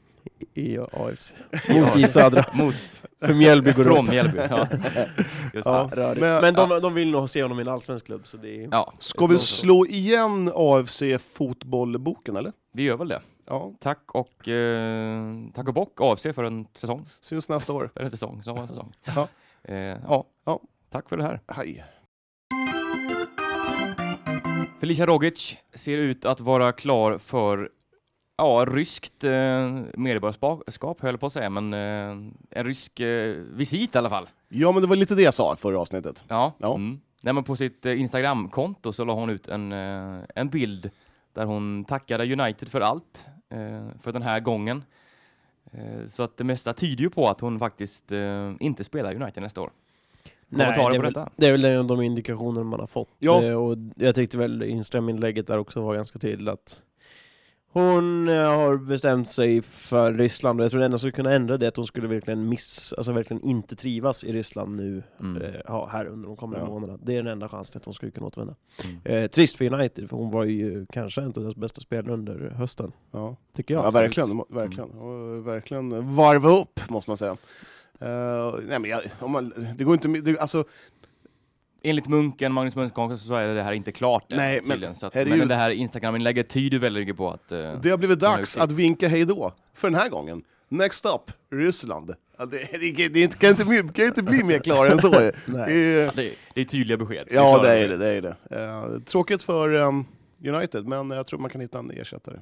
I A F C. Mot J Södra. Mot. För Mjällby går Från upp. Mjällby. Ja. Just det. Ja, rörigt. Men- Men de, de vill nog se honom i en allsvensk klubb, så det är... Ja, Ska vi slå igen A F C fotbollboken, eller? vi gör väl det. Ja, Tack och, eh, tack och bock A F C för en säsong. syns nästa år. För en säsong, som var en säsong. Ja. Eh, ja. Ja. Tack för det här. Hej. Felicia Rogic ser ut att vara klar för ja, ryskt eh, medborgarskap, höll jag på att säga, men eh, en rysk eh, visit i alla fall. Ja, men det var lite det jag sa i förra avsnittet. Ja. Ja. Mm. Nej, men på sitt eh, Instagram-konto så la hon ut en, eh, en bild där hon tackade United för allt eh, för den här gången. Eh, så att det mesta tyder ju på att hon faktiskt eh, inte spelar United nästa år. Kommentarer det är, på väl, detta? det är väl de- de indikationer man har fått. Ja. Eh, Och jag tyckte väl Instagram-inlägget där också var ganska tydligt att hon eh, har bestämt sig för Ryssland, och jag tror det enda som skulle kunna ändra det är att hon skulle verkligen miss, alltså verkligen inte trivas i Ryssland nu, Mm. eh, ja, här under de kommande Ja. månaderna. Det är den enda chansen att hon skulle kunna återvända. Mm. Eh, trist för United, för hon var ju kanske inte deras bästa spelare under hösten, Ja, tycker jag. ja verkligen. verkligen. Och verkligen varva upp, måste man säga. Uh, nej, men jag, om man, det går inte... Det, alltså, Enligt Munken, Magnus Munken, så är det här inte klart än, Nej, men tydligen. Så att, herregud. men det här Instagram-inlägget tyder väldigt mycket på att... eh, det har blivit hon har dags gjort att vinka hej då för den här gången. Next up, Ryssland. Ja, det, det, det, det kan, inte, kan inte bli mer klar än så. Nej. Det, ja, det, det är tydliga besked. ja, klara det är besked. det. det, är det. Uh, tråkigt för um, United, men jag tror man kan hitta en ersättare.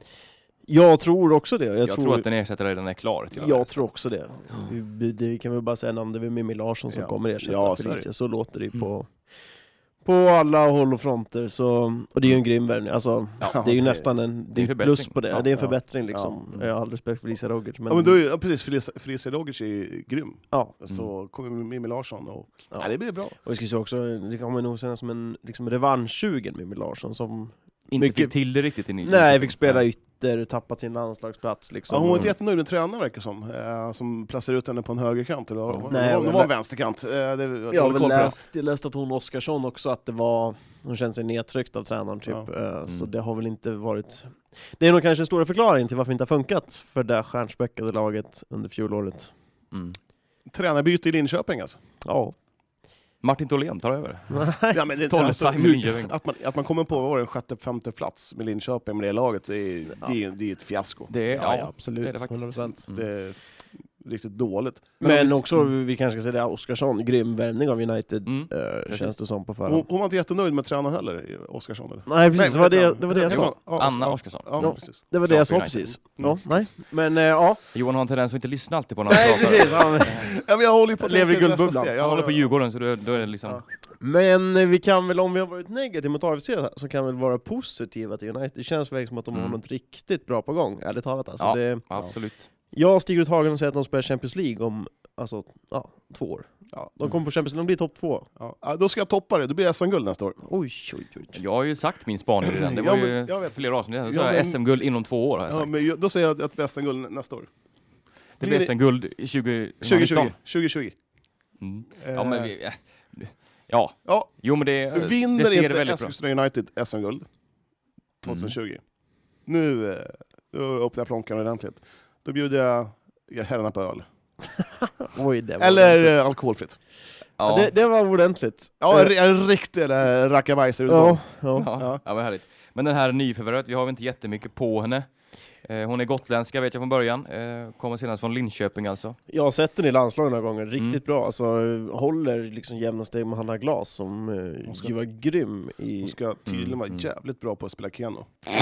Jag tror också det. Jag, Jag tror att den ersättare redan är klar. Till och med. Jag tror också det. Vi, det. Vi kan väl bara säga namn, det är väl Mimmi Larsson som Ja. kommer ersätta Ja, så är Felicia. det. Så låter det ju på, på alla håll och fronter. Så, och det är ju en grym värvning. Alltså, Ja, det är ju det- nästan en, det det är är en ett plus förbättring. på det. Ja, det är en ja. förbättring liksom. Ja. Jag har all respekt för Lisa Rogic. Men, Ja, men då är, ja, precis, Felicia, Felicia Rogic är grym. ja. Så kommer Mimmi Larsson och... Ja. Ja, det blir bra. Och vi ska säga också, det kommer nog kännas som en liksom, revanschsugen Mimmi Larsson som Inte mycket- fick till det riktigt i ny. nej, fick spela ytter, tappat sin landslagsplats liksom. Ja, hon var Och- inte jättenöjd med tränaren verkar som, eh, som placerar ut henne på en högerkant. Eller, Ja. Nej, det var, det men- var en vänsterkant. Eh, det, jag Jag håller har koll väl på det. läst, jag läste att hon Oskarsson också, att det var, hon kände sig nedtryckt av tränaren typ. Ja. Eh, Så Mm. det har väl inte varit, det är nog kanske en stor förklaring till varför det inte har funkat för det stjärnspäckade laget under fjolåret. Mm. Tränarbyte i Linköping alltså. Ja. Martin Tholén tar över. Ja, men det, Tolv alltså, Simon hur- Linköping. att, man, att man kommer på vad var det, en sjätte, femte plats med Linköping med det laget, det är, Ja. det är, det är ett fiasko. Det är, Ja, ja, absolut. det är det faktiskt. hundra procent. Mm. Det är f- riktigt dåligt. Men Men om vi- också, vi kanske ska säga det, Oskarsson, grym värvning av United, Mm. eh, Precis. känns det som på Hon, förhand. hon var inte jättenöjd med tränaren heller, Oskarsson. Eller? Nej precis, Nej, det var det, heter det, var det jag han? sa. Ja, Anna ja, Oskarsson. Ja, Ja. precis. Det var det Klart jag sa United. precis. Mm. Ja, nej. Men eh, ja. Johan har en tendens att inte lyssna alltid på något. Nej precis. Ja, Ja, men jag håller ju på att Lever i tänka nästa guldbubblan. steg. Jag Ja, håller på ja. Djurgården, så då, då är det liksom... Ja. Men eh, vi kan väl, om vi har varit negativa mot A F C så kan vi väl vara positiva till United. Det känns verkligen som att de har Mm. något riktigt bra på gång, ärligt talat. Alltså Ja. det, Absolut. jag stiger ut hagen och säger att de spelar Champions League om alltså, ja, två år. Ja. De kommer på Champions League, de blir topp två. Ja. Ja, då ska jag toppa det, då blir det S M-guld nästa år. Oj, oj, oj. Jag har ju sagt min spaning redan. Det var Ja, men ju jag vet. flera avsnitt sedan. Så Ja, jag men- S M-guld inom två år har jag Ja, sagt. men jag- då säger jag att det blir S M-guld nästa år. Det blir blir S M-guld i tjugo tjugo nitton. tjugo. tjugo tjugo. Mm. Ja, men Eh, vi, äh, ja, ja, jo men det, det vinner ser inte väldigt bra. Eskilstuna United S M-guld tjugo tjugo. Nu, eh, nu öppnar jag plånkan ordentligt. Då bjuder jag er herrarna på öl. Oj, det var Eller ordentligt. eh, alkoholfritt. Ja, Ja, det, det var ordentligt. Ja, en, Eh, en riktig eh, rackabajsare ja, utgång. ja. ja, ja, vad härligt. Men den här nyförvärvet, vi har väl inte jättemycket på henne. Eh, hon är gotländska vet jag från början. Eh, kommer senast från Linköping alltså. Jag har sett den i landslaget några gånger, riktigt Mm. bra. Alltså, håller liksom jämna steg med Hanna Glas som eh, Hon ska- ju var grym i... Hon ska tydligen Mm, vara mm. jävligt bra på att spela keno.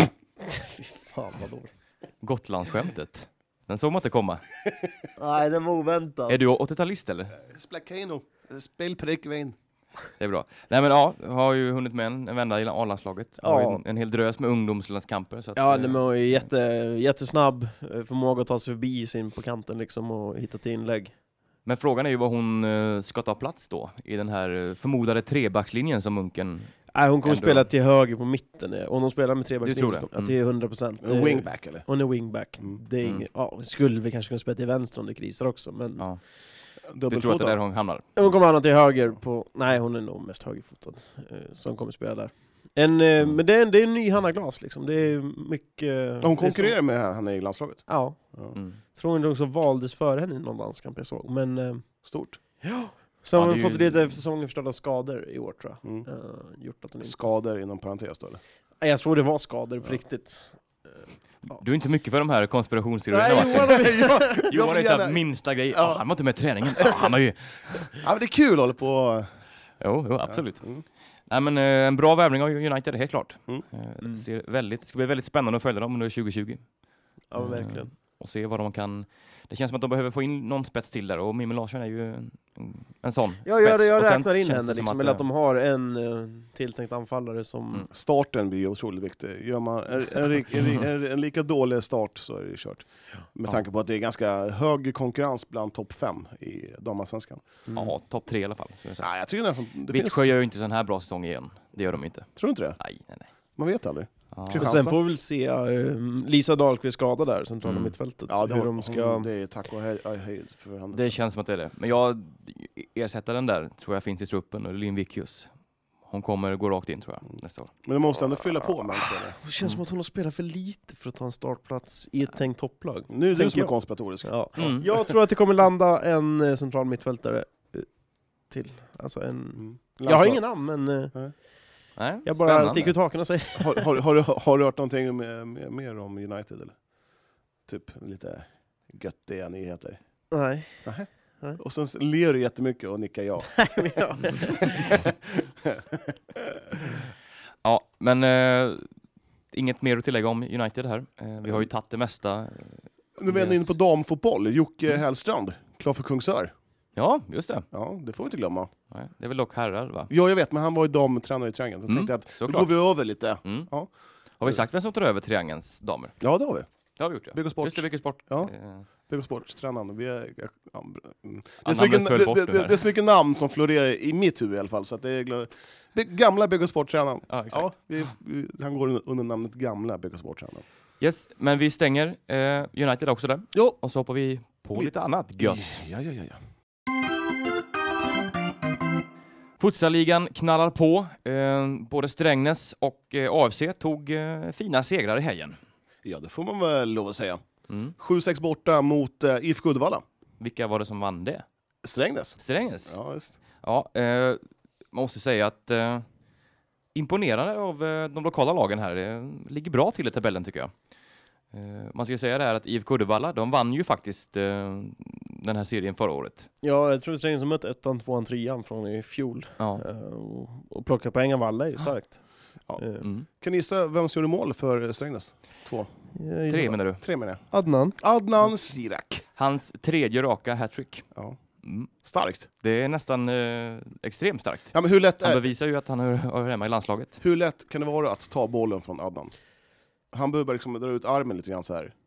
Fy fan vad dåligt. Gotlandsskämtet. Den såg man inte komma. Nej, den var oväntad. Är du åttiotalist eller? Spela keno. Spel prickvin. Det är bra. Nej men ja, har ju hunnit med en, en vända i A-landslaget. Ja. Har ju en, en hel drös med ungdomslandskamper. Så att, Ja, eh, nej, men hon är jätte, jättesnabb, eh, förmåga att ta sig förbi sin på kanten liksom och hitta till inlägg. Men frågan är ju vad hon eh, ska ta plats då i den här eh, förmodade trebackslinjen som Munken. Nej, hon kommer Ändå. spela till höger på mitten. eh, Om hon spelar med Du tror trebackslinjen det? så kommer- ja, till hundra procent. En wingback eller? Hon är wingback. Mm. Det är Mm. inget, ja, hon skulle vi kanske kunna spela till vänster om det krisar också, men Ja. Du tror att det är Dubbelfotad. där hon hamnar? hon kommer hamna till höger på... Nej, hon är nog mest högerfotad eh, som kommer spela där. En, eh, Mm. Men det är, en, det är en ny Hanna Glas liksom. Det är mycket... Hon det är konkurrerar som- med henne i landslaget. Ja. Ja. Mm. Tror hon också valdes före henne i någon landskamp jag såg. Men eh, Stort. så har Ja, hon det är fått ju- lite säsongen förstörda skador i år tror jag. Mm. Eh, gjort att hon inte... Skador inom parentes då eller? Nej, jag tror det var skador på Ja. riktigt. Du är inte mycket för de här konspirationsteorierna Nej, Martin. Johan, jag, Johan är vill såhär gärna- minsta grej. Ja. Ah, han var inte med i träningen. Ah, han har ju... Ja, men det är kul att hålla på. Jo, jo, absolut. Ja. Mm. Nej, men, eh, en bra värvning av United, helt klart. Mm. Eh, Mm. ser väldigt, det ska bli väldigt spännande att följa dem under tjugo tjugo. Ja, verkligen. Och se vad de kan... Det känns som att de behöver få in någon spets till där. Och Mimmi Larsson är ju en, en sån Ja, jag, spets. jag Och sen räknar in känns det henne som liksom, att, eller att eh, de har en uh, tilltänkt anfallare som... Mm. Starten blir ju otroligt viktig. Gör man en, en, rik- en, rik- en, en lika dålig start så är det kört. Med Ja. tanke på att det är ganska hög konkurrens bland topp fem i damallsvenskan. Mm. Ja, topp tre i alla fall. skulle jag säga. Nej, jag tycker nästan det Vittsjö finns... gör ju inte sån här bra säsong igen. Det gör de inte. Tror du inte det? Nej, nej, nej. Man vet aldrig. Ja. Och Kristianstad. sen får vi väl se uh, Lisa Dahlqvist skada där, centrala Mm. mittfältet. Ja, det, hur har, de ska... hon, det är tack och hej, hej, hej för henne. Det känns som att det är det. Men jag ersätter den där, tror jag finns i truppen. Och Linn Vickius. Hon kommer gå rakt in, tror jag, nästa år. Men de måste ändå fylla på med en spelare. Det känns som att hon har spelat för lite för att ta en startplats i ett tänkt topplag. Nu är det du Tänker som är jag. konspiratorisk. Ja. Mm. Jag tror att det kommer landa en eh, central mittfältare eh, till. Alltså en... Mm. Jag har Landslag. ingen namn, men eh, Nej, jag bara spännande. sticker ut hakan och säger Har, har, har, du, har du hört någonting med, med, mer om United? Eller? Typ lite göttiga nyheter. nej. Och sen ler du jättemycket och nickar ja. Men ja. Ja, men eh, inget mer att tillägga om United här. Eh, vi har ju tagit det mesta. eh, Nu är vi ändå Yes. inne på damfotboll. Jocke Mm. Hellstrand, klar för Kungsör. Ja, just det. Ja, det får vi inte glömma. Nej, det är väl dock herrar, va? Ja, jag vet, men han var ju damtränare i Triangeln. Så jag Mm, tänkte att då såklart. går vi över lite. Mm. Ja. Har vi sagt vem som tar över Triangelns damer? Ja, det har vi. Det har vi gjort, ja. B K Sport. Just det, B K Sport. Ja. Eh, B K Sportstränaren. Vi är, ja, ja, mm. det, är Ja, så mycket, namnet föll det, bort det, nu det, här. det är så mycket namn som florerar i mitt huvud i alla fall. Så att det är glad. B- gamla B K Sporttränaren. ja, exakt. Ja, vi, vi, han går under, under namnet gamla B K Sporttränaren. Yes, men vi stänger eh, United också där. Jo. Och så hoppar vi på lite annat gött. Ja, ja, ja, ja. Futsaligan knallar på. Eh, både Strängnäs och eh, A F C tog eh, fina segrar i helgen. Ja, det får man väl lov att säga. Mm. sju sex borta mot uh, I F K Uddevalla. Vilka var det som vann det? Strängnäs. Strängnäs? Ja, just. Ja, eh, man måste säga att eh, imponerande av eh, de lokala lagen här. Det ligger bra till i tabellen tycker jag. Eh, man ska ju säga det här att I F K Uddevalla, de vann ju faktiskt eh, den här serien förra året. Ja, jag tror Strängnäs som mött ettan, tvåan, trean från i fjol. Ja. Eh, och, och plocka poäng av alla är ju starkt. Ja. Eh, Mm. Kan ni gissa vem som gjorde mål för Strängnäs? Två. jag- Tre menar du? Tre menar jag. Adnan. Adnan Sirak. Hans tredje raka hattrick. Ja. Mm. Starkt. Det är nästan eh, extremt starkt. Ja, men hur lätt Han är, bevisar ju att han hör, hör hemma i landslaget. hur lätt kan det vara att ta bollen från Adnan? Han behöver bara liksom dra ut armen lite grann så här.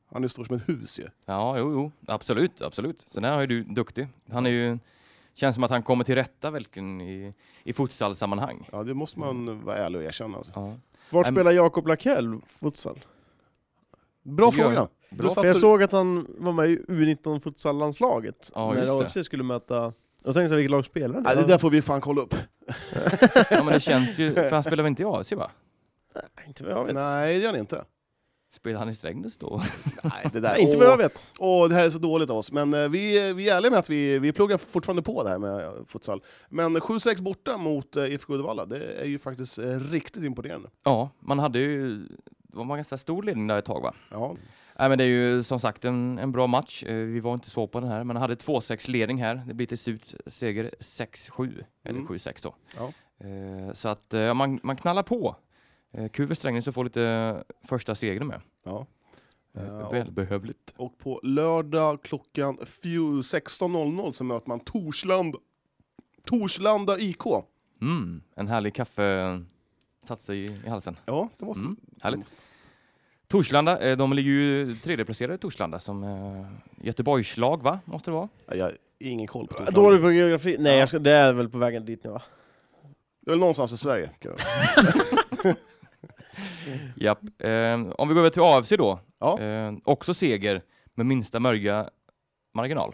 Han är stor som ett hus ju. Ja, jo, jo. Absolut, absolut. Sen är ju du duktig. Han är ju... Känns som att han kommer till rätta verkligen i, i futsalsammanhang. Ja, det måste man vara ärlig och erkänna. Alltså. Ja. Vart Äm- spelar Jakob Lakell futsal? Bra Det gör fråga. han. Du Bra. satt För jag och- såg att han var med i U nitton futsallandslaget. Ja, när just A det. F C skulle möta... Jag tänkte så vilket lag spelar Nej, det där får vi fan kolla upp. Ja, men det känns ju... För han spelar väl inte i A F C, va? Nej, inte vad jag vet. Nej, det gör han inte. Spelar han i Strängnäs då? Nej, det där. Nej, inte vad jag vet. Åh, det här är så dåligt av oss. Men eh, vi, vi är ärliga med att vi, vi pluggar fortfarande på det här med eh, futsal. Men sju sex borta mot eh, I F K Uddevalla, det är ju faktiskt eh, riktigt imponerande. Ja, man hade ju... Det var en ganska stor ledning där ett tag, va? Ja, Nej, men det är ju som sagt en, en bra match. Eh, Vi var inte så på den här, men hade två sex ledning här. Det blir till slut seger sex sju, eller Mm. sju sex då. Ja. Eh, Så att eh, man, man knallar på. Eh, Kul för Strängnäs att få lite första segern med. ja. Eh, Ja. Välbehövligt. Och på lördag klockan sexton noll noll så möter man Torslanda, Torslanda I K. Mm, en härlig kaffe satt sig i, i halsen. Ja, det måste... Mm, härligt. Torslanda, eh, de ligger ju tredjeplacerade Torslanda som eh, Göteborgslag, va? Måste det vara? Ja, jag har ingen koll på Då är Torslanda. du på geografi. Nej, Ja. jag ska, det är väl på vägen dit nu, va? Det är väl någonstans i Sverige. kan jag- Japp. Eh, om vi går över till A F C då. Ja. Eh, också seger med minsta möjliga marginal.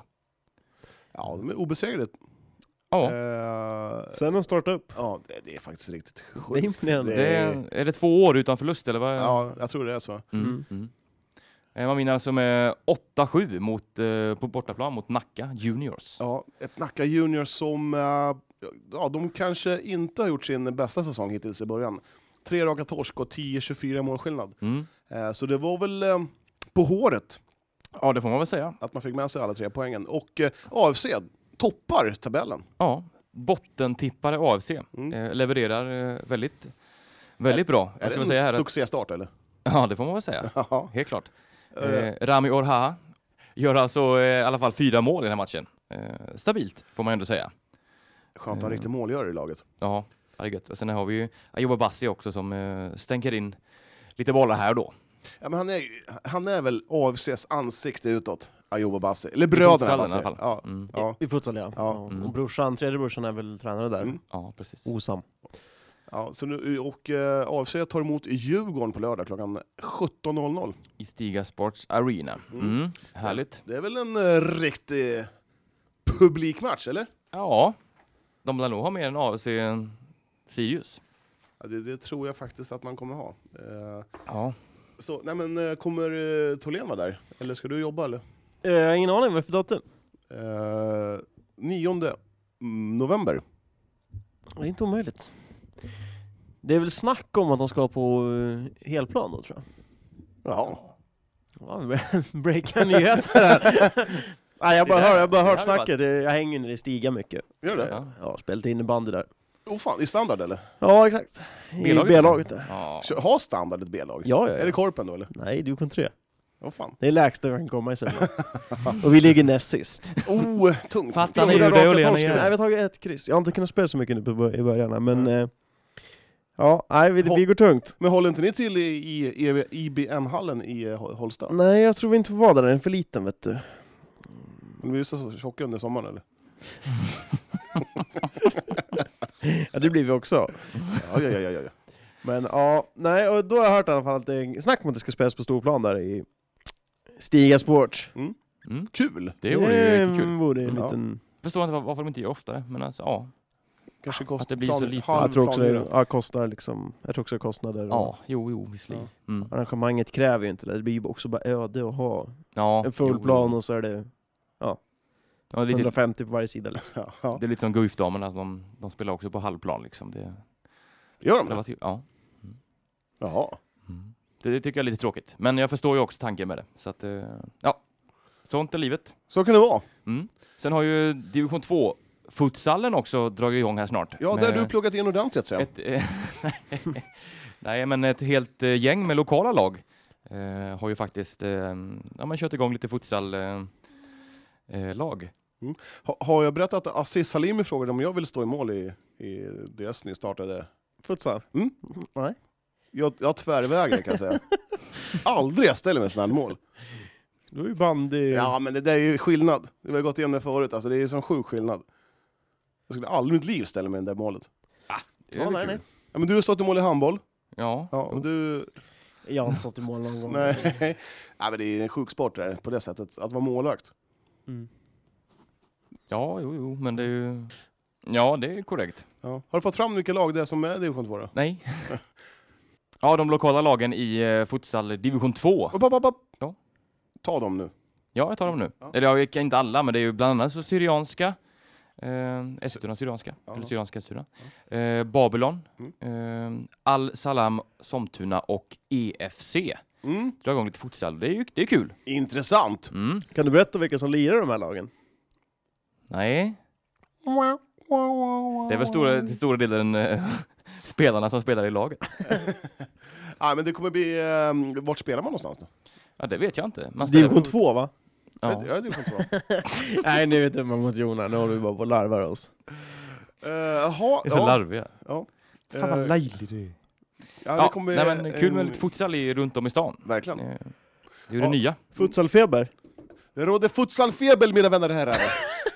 Ja, de är obesegrade. Ja, Eh, Sen de startade upp. ja, det, det är faktiskt riktigt sjukt. Det är imponerande. det är, är det två år utan förlust eller vad? Ja, jag tror det är så. Mm. Mm. Mm. Eh, man vinner alltså med åtta sju mot, eh, på bortaplan mot Nacka Juniors. Ja, ett Nacka Juniors som eh, ja, de kanske inte har gjort sin bästa säsong hittills i början. Tre raka torsk och tio tjugofyra målskillnad. Mm. Eh, så det var väl eh, på håret Ja, det får man väl säga. att man fick med sig alla tre poängen. Och eh, A F C toppar tabellen. Ja, bottentippare A F C. Mm. Eh, levererar eh, väldigt, väldigt bra. Är Jag ska det väl säga en här att, succéstart eller? ja, det får man väl säga. Ja. Helt klart. Eh, Eh, Rami Orha gör alltså eh, i alla fall fyra mål i den här matchen. Eh, stabilt, får man ändå säga. Skönt att ha en riktig målgörare i laget. Ja, det är gött. Och sen har vi ju Ayoub Bassi också som eh, stänker in lite bollar här och då. Ja, men han, är, ju- han är väl A F Cs ansikte utåt, Ayoub Bassi. Eller bröderna futsalen Bassi. i alla fall. Ja. Mm. Ja. I futsal, ja. Ja. Mm. Och brorsan, tredje brorsan är väl tränare där. Mm. Ja, precis. Osam. Ja, så nu, och eh, A F C tar emot Djurgården på lördag klockan sjutton noll noll. I Stiga Sports Arena. Mm. Mm. Härligt. Det är väl en eh, riktig publikmatch, eller? Ja, de lär nog ha mer än A F C än Sirius. Ja, det, det tror jag faktiskt att man kommer ha. Eh, Ja. så, nej men, eh, kommer eh, Tholén vara där? Eller ska du jobba, eller? Eh, Jag har ingen aning, vad är det för datum? Eh, nionde november. Det är inte omöjligt. Det är väl snack om att de ska på eh, helplan då, tror jag. Ja. Ja, breaka nyheter här. Nej, jag bara Det där- hör, jag bara det hör hade snacket. Det- Jag hänger när det stiger mycket. Gör det? Ja. Ja, spelat innebandy där. Oh, fan, i standard eller? Ja, exakt. I B-laget? B-laget där. Ja. Kör- Har standard ett B-lag? Ja, ja, Är det ja. Korpen då, eller? Nej, du kom tre. Åh fan. Det är lägsta jag kan komma i serien. Och vi ligger näst sist. Oh, tungt. Fattar ni Fyra hur det är att raka lena torskar. igen? Nej, vi har tagit ett kryss. Jag har inte kunnat spela så mycket nu på bör- i början, men... Eh, ja, nej, vi, vi går tungt. Men håller inte ni till i, i I B M-hallen i eh, Holstad? Nej, jag tror vi inte får vara där. Den är för liten, vet du. Men vi är så tjocka under sommaren, eller? Ja, det blir vi också. Ja, ja, ja, ja, ja. Men ja, nej, och då har jag hört i alla fall att det är snack om att det ska spelas på storplan där i Stiga Sport. Mm. Kul! Det vore ju riktigt kul. vore en Ja. liten... Förstår inte var- varför de inte gör oftare, men alltså, ja. Kanske Att kostar det blir så lite. Jag tror också det halvplan. ja, kostar liksom... Jag tror också det kosnader. Ja, Och jo, jo, visserligen. Mm. arrangemanget kräver ju inte det. Det blir ju också bara öde att ha Ja, en full jo, plan jo. och så är det Ja, det, är lite, hundrafemtio på varje sida liksom. Ja, ja. det är lite som Guifdamerna, att de, de spelar också på halvplan liksom. Det, Gör de det var det? ty- ja. Jaha. Mm. Det, det tycker jag är lite tråkigt. Men jag förstår ju också tanken med det. Så att, eh, ja. Sånt är livet. Så kan det vara. Mm. Sen har ju division två futsalen också dragit igång här snart. Ja, där Med har du pluggat in ordentligt sen. ett, eh, Nej, men ett helt eh, gäng med lokala lag eh, har ju faktiskt eh, ja, man kört igång lite futsal eh, eh, lag. Ha, har jag berättat att Aziz Halimi frågade om jag ville stå i mål i, i deras nystartade... Futsal? Mm. Nej. Jag, jag tvärvägrar kan jag säga. Aldrig jag ställer mig sådana här mål. Du är ju bandy. Ja, men det där är ju skillnad. Vi har gått igenom det förut, alltså det är ju sån sjuk skillnad. Jag skulle aldrig i mitt liv ställa mig i det där målet. Det är Ja, väl nej, kul. nej. Ja, men du har stått i mål i handboll. Ja. Ja, och du... Jag har inte stått i mål någon gång. Nej. Nej, men det är en sjuk sport där, på det sättet. Att vara målvakt. Mm. Ja, jo, jo, men det är ju... Ja, det är korrekt. Ja. Har du fått fram vilka lag det är som är division två då? Nej. Ja, de lokala lagen i uh, futsal division två. Upp, upp, upp, upp. Ja. Ta dem nu. Ja, jag tar dem nu. Ja. Eller jag kan inte alla, men det är ju bland annat så syrianska. Eh, Eskilstuna syrianska. Ja. Eller syrianska Eskilstuna. Eh, Babylon. Mm. Eh, Al-Salam, Somtuna och E F C. Mm. Dra igång lite futsal. Det är ju det är kul. Intressant. Mm. Kan du berätta vilka som lirar de här lagen? Nej. Det är väl stora, till stora delen eh, spelarna som spelar i laget. Ja, men det kommer bli... Eh, vart spelar man någonstans då? Ja, det vet jag inte. Man spelar- Division två, va? Ja. Ja, ja division två. Nej, nu vet du man mot Jonas. Nu håller vi bara på och larvar oss. Eh, Jaha, Det är så ja. larviga. Ja. Fan vad Eh, löjlig du är. ja, det Ja, kommer, nej, men kul med en- lite futsal i, runt om i stan. Verkligen. Eh, Det är ju det Ja. nya. Futsalfeber. Det råder futsalfeber, mina vänner och herrar.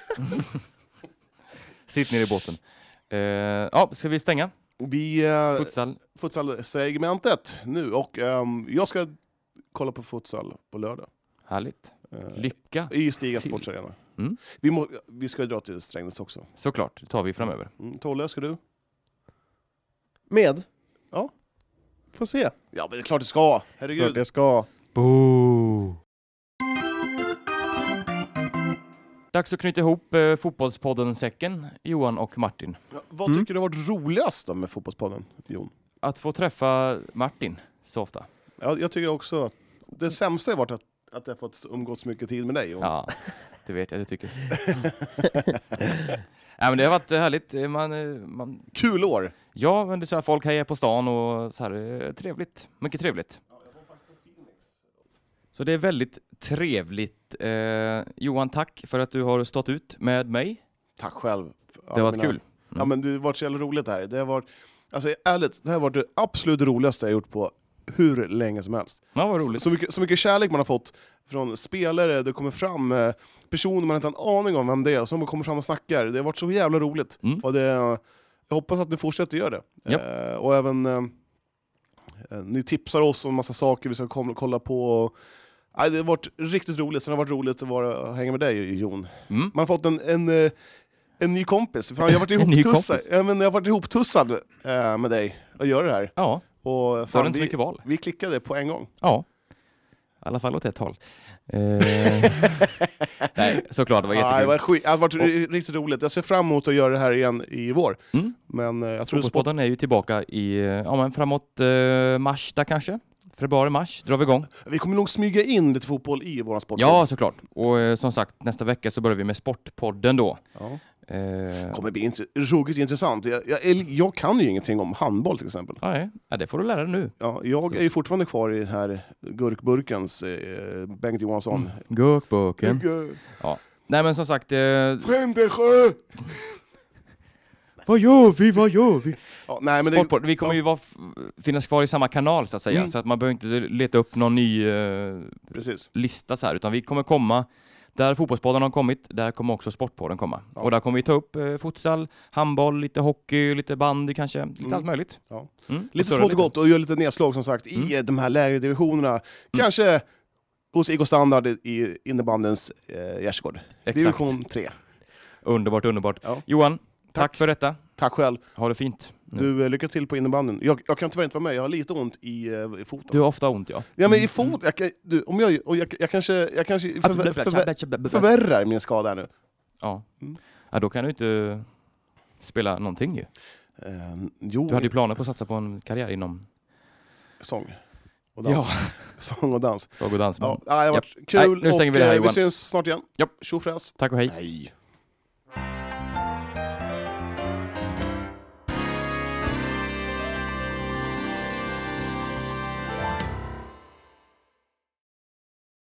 Sitt ner i båten. Eh, ja, ska vi stänga? Vi... Uh, Futsal. futsal-segmentet nu. Och ehm, jag ska kolla på futsal på lördag. Härligt. Eh, Lycka. I Stiga till. sportsarena. Mm. Vi, må, vi ska ju dra till Strängnäs också. Såklart, det tar vi framöver. Mm. Tolle, ska du? Med? Ja. Får se. Ja, men det är klart du ska. Herregud. Klart jag ska. Boo! Dags att knyta ihop eh, fotbollspodden-säcken, Johan och Martin. Ja, vad Mm. tycker du har varit roligast då med fotbollspodden, Jon? Att få träffa Martin så ofta. Ja, jag tycker också att det sämsta har varit att, att jag fått umgått så mycket tid med dig, Jon. Ja, det vet jag, det tycker. Ja, men det har varit härligt. Man, eh, man, Kul år! ja, men det är så här, folk hejar på stan och så här, eh, trevligt. Mycket trevligt. Så det är väldigt trevligt. Eh, Johan, tack för att du har stått ut med mig. Tack själv. Ja, Det var mina- kul. Ja, men det har varit så jävla roligt det här. Det har varit, alltså ärligt, det här har varit det absolut roligaste jag gjort på hur länge som helst. Ja, vad roligt. Så mycket, så mycket kärlek man har fått från spelare, det kommer fram eh, personer man inte har en aning om vem det är, som kommer fram och snackar. Det har varit så jävla roligt. Mm. Och det, jag hoppas att ni fortsätter göra det. Japp. Eh, och även eh, eh, ni tipsar oss om massa saker vi ska komma och kolla på. Och, nej, det har varit riktigt roligt. Sen har det varit roligt att vara, hänga med dig, Jon. Mm. Man har fått en, en, eh, en ny kompis. Fan, jag har varit En ny ihoptussad, kompis. ja, men jag har varit ihoptussad eh, med dig och göra det här. Ja, Och för fan, inte så vi, mycket val. vi klickade på en gång. Ja, i alla fall åt ett håll. Eh, nej, såklart, det var Ja, det, jättekul. var skit, det har varit riktigt roligt. Jag ser fram emot att göra det här igen i vår. Mm. Men eh, jag tror sport... Fotbollspodden är ju tillbaka i, eh, ja, men framåt eh, mars där kanske. Februari, mars drar vi igång. vi kommer nog smyga in lite fotboll i vår sport. Ja, såklart. Och eh, som sagt, nästa vecka så börjar vi med Sportpodden då. Ja. Eh, Det kommer bli int- ruggigt intressant. Jag, jag, jag kan ju ingenting om handboll till exempel. nej, ja, det får du lära dig nu. Ja, jag är ju fortfarande kvar i den här gurkburkens eh, Bengt Johansson. Gurkburken. Nej, men som sagt, eh, Frändesjö! vad gör vi, vad gör vi? Ja, nej, men det, Sportpodd, vi kommer ja. ju vara f- finnas kvar i samma kanal så att säga, Mm. så att man behöver inte leta upp någon ny eh, precis. lista så här, utan vi kommer komma där fotbollspodden har kommit, där kommer också Sportpodden komma. Ja. Och där kommer vi ta upp eh, futsal, handboll, lite hockey, lite bandy kanske, lite Mm. allt möjligt. Ja. Mm. Och Lite surra smått och gott och göra lite nedslag som sagt i Mm. de här lägre divisionerna. Kanske hos I K Standard i innebandyns eh, Gärsgård. Exakt. Division tre. Underbart, underbart. Ja. Johan, tack. Tack. för detta. Tack själv. Ha det fint. Nu. Du, eh, lycka till på innebandyn. Jag, jag kan tyvärr inte vara med, jag har lite ont i, eh, i foten. Du har ofta ont, ja. Ja, men i fot, jag, kan- du, om jag, och jag, jag kanske, jag kanske förvä- förvä- förvärrar min skada här nu. Ja. Mm. Ja, då kan du inte spela någonting ju. Eh, jo, Du hade ju planer på att satsa på en karriär inom sång och dans. ja, Sång och dans. såg och dans. Ja, men- det har varit Nej, kul nu stänger och vi det här, eh, vi Johan. syns snart igen. Japp. Tjofräs. Tack och hej. Hej.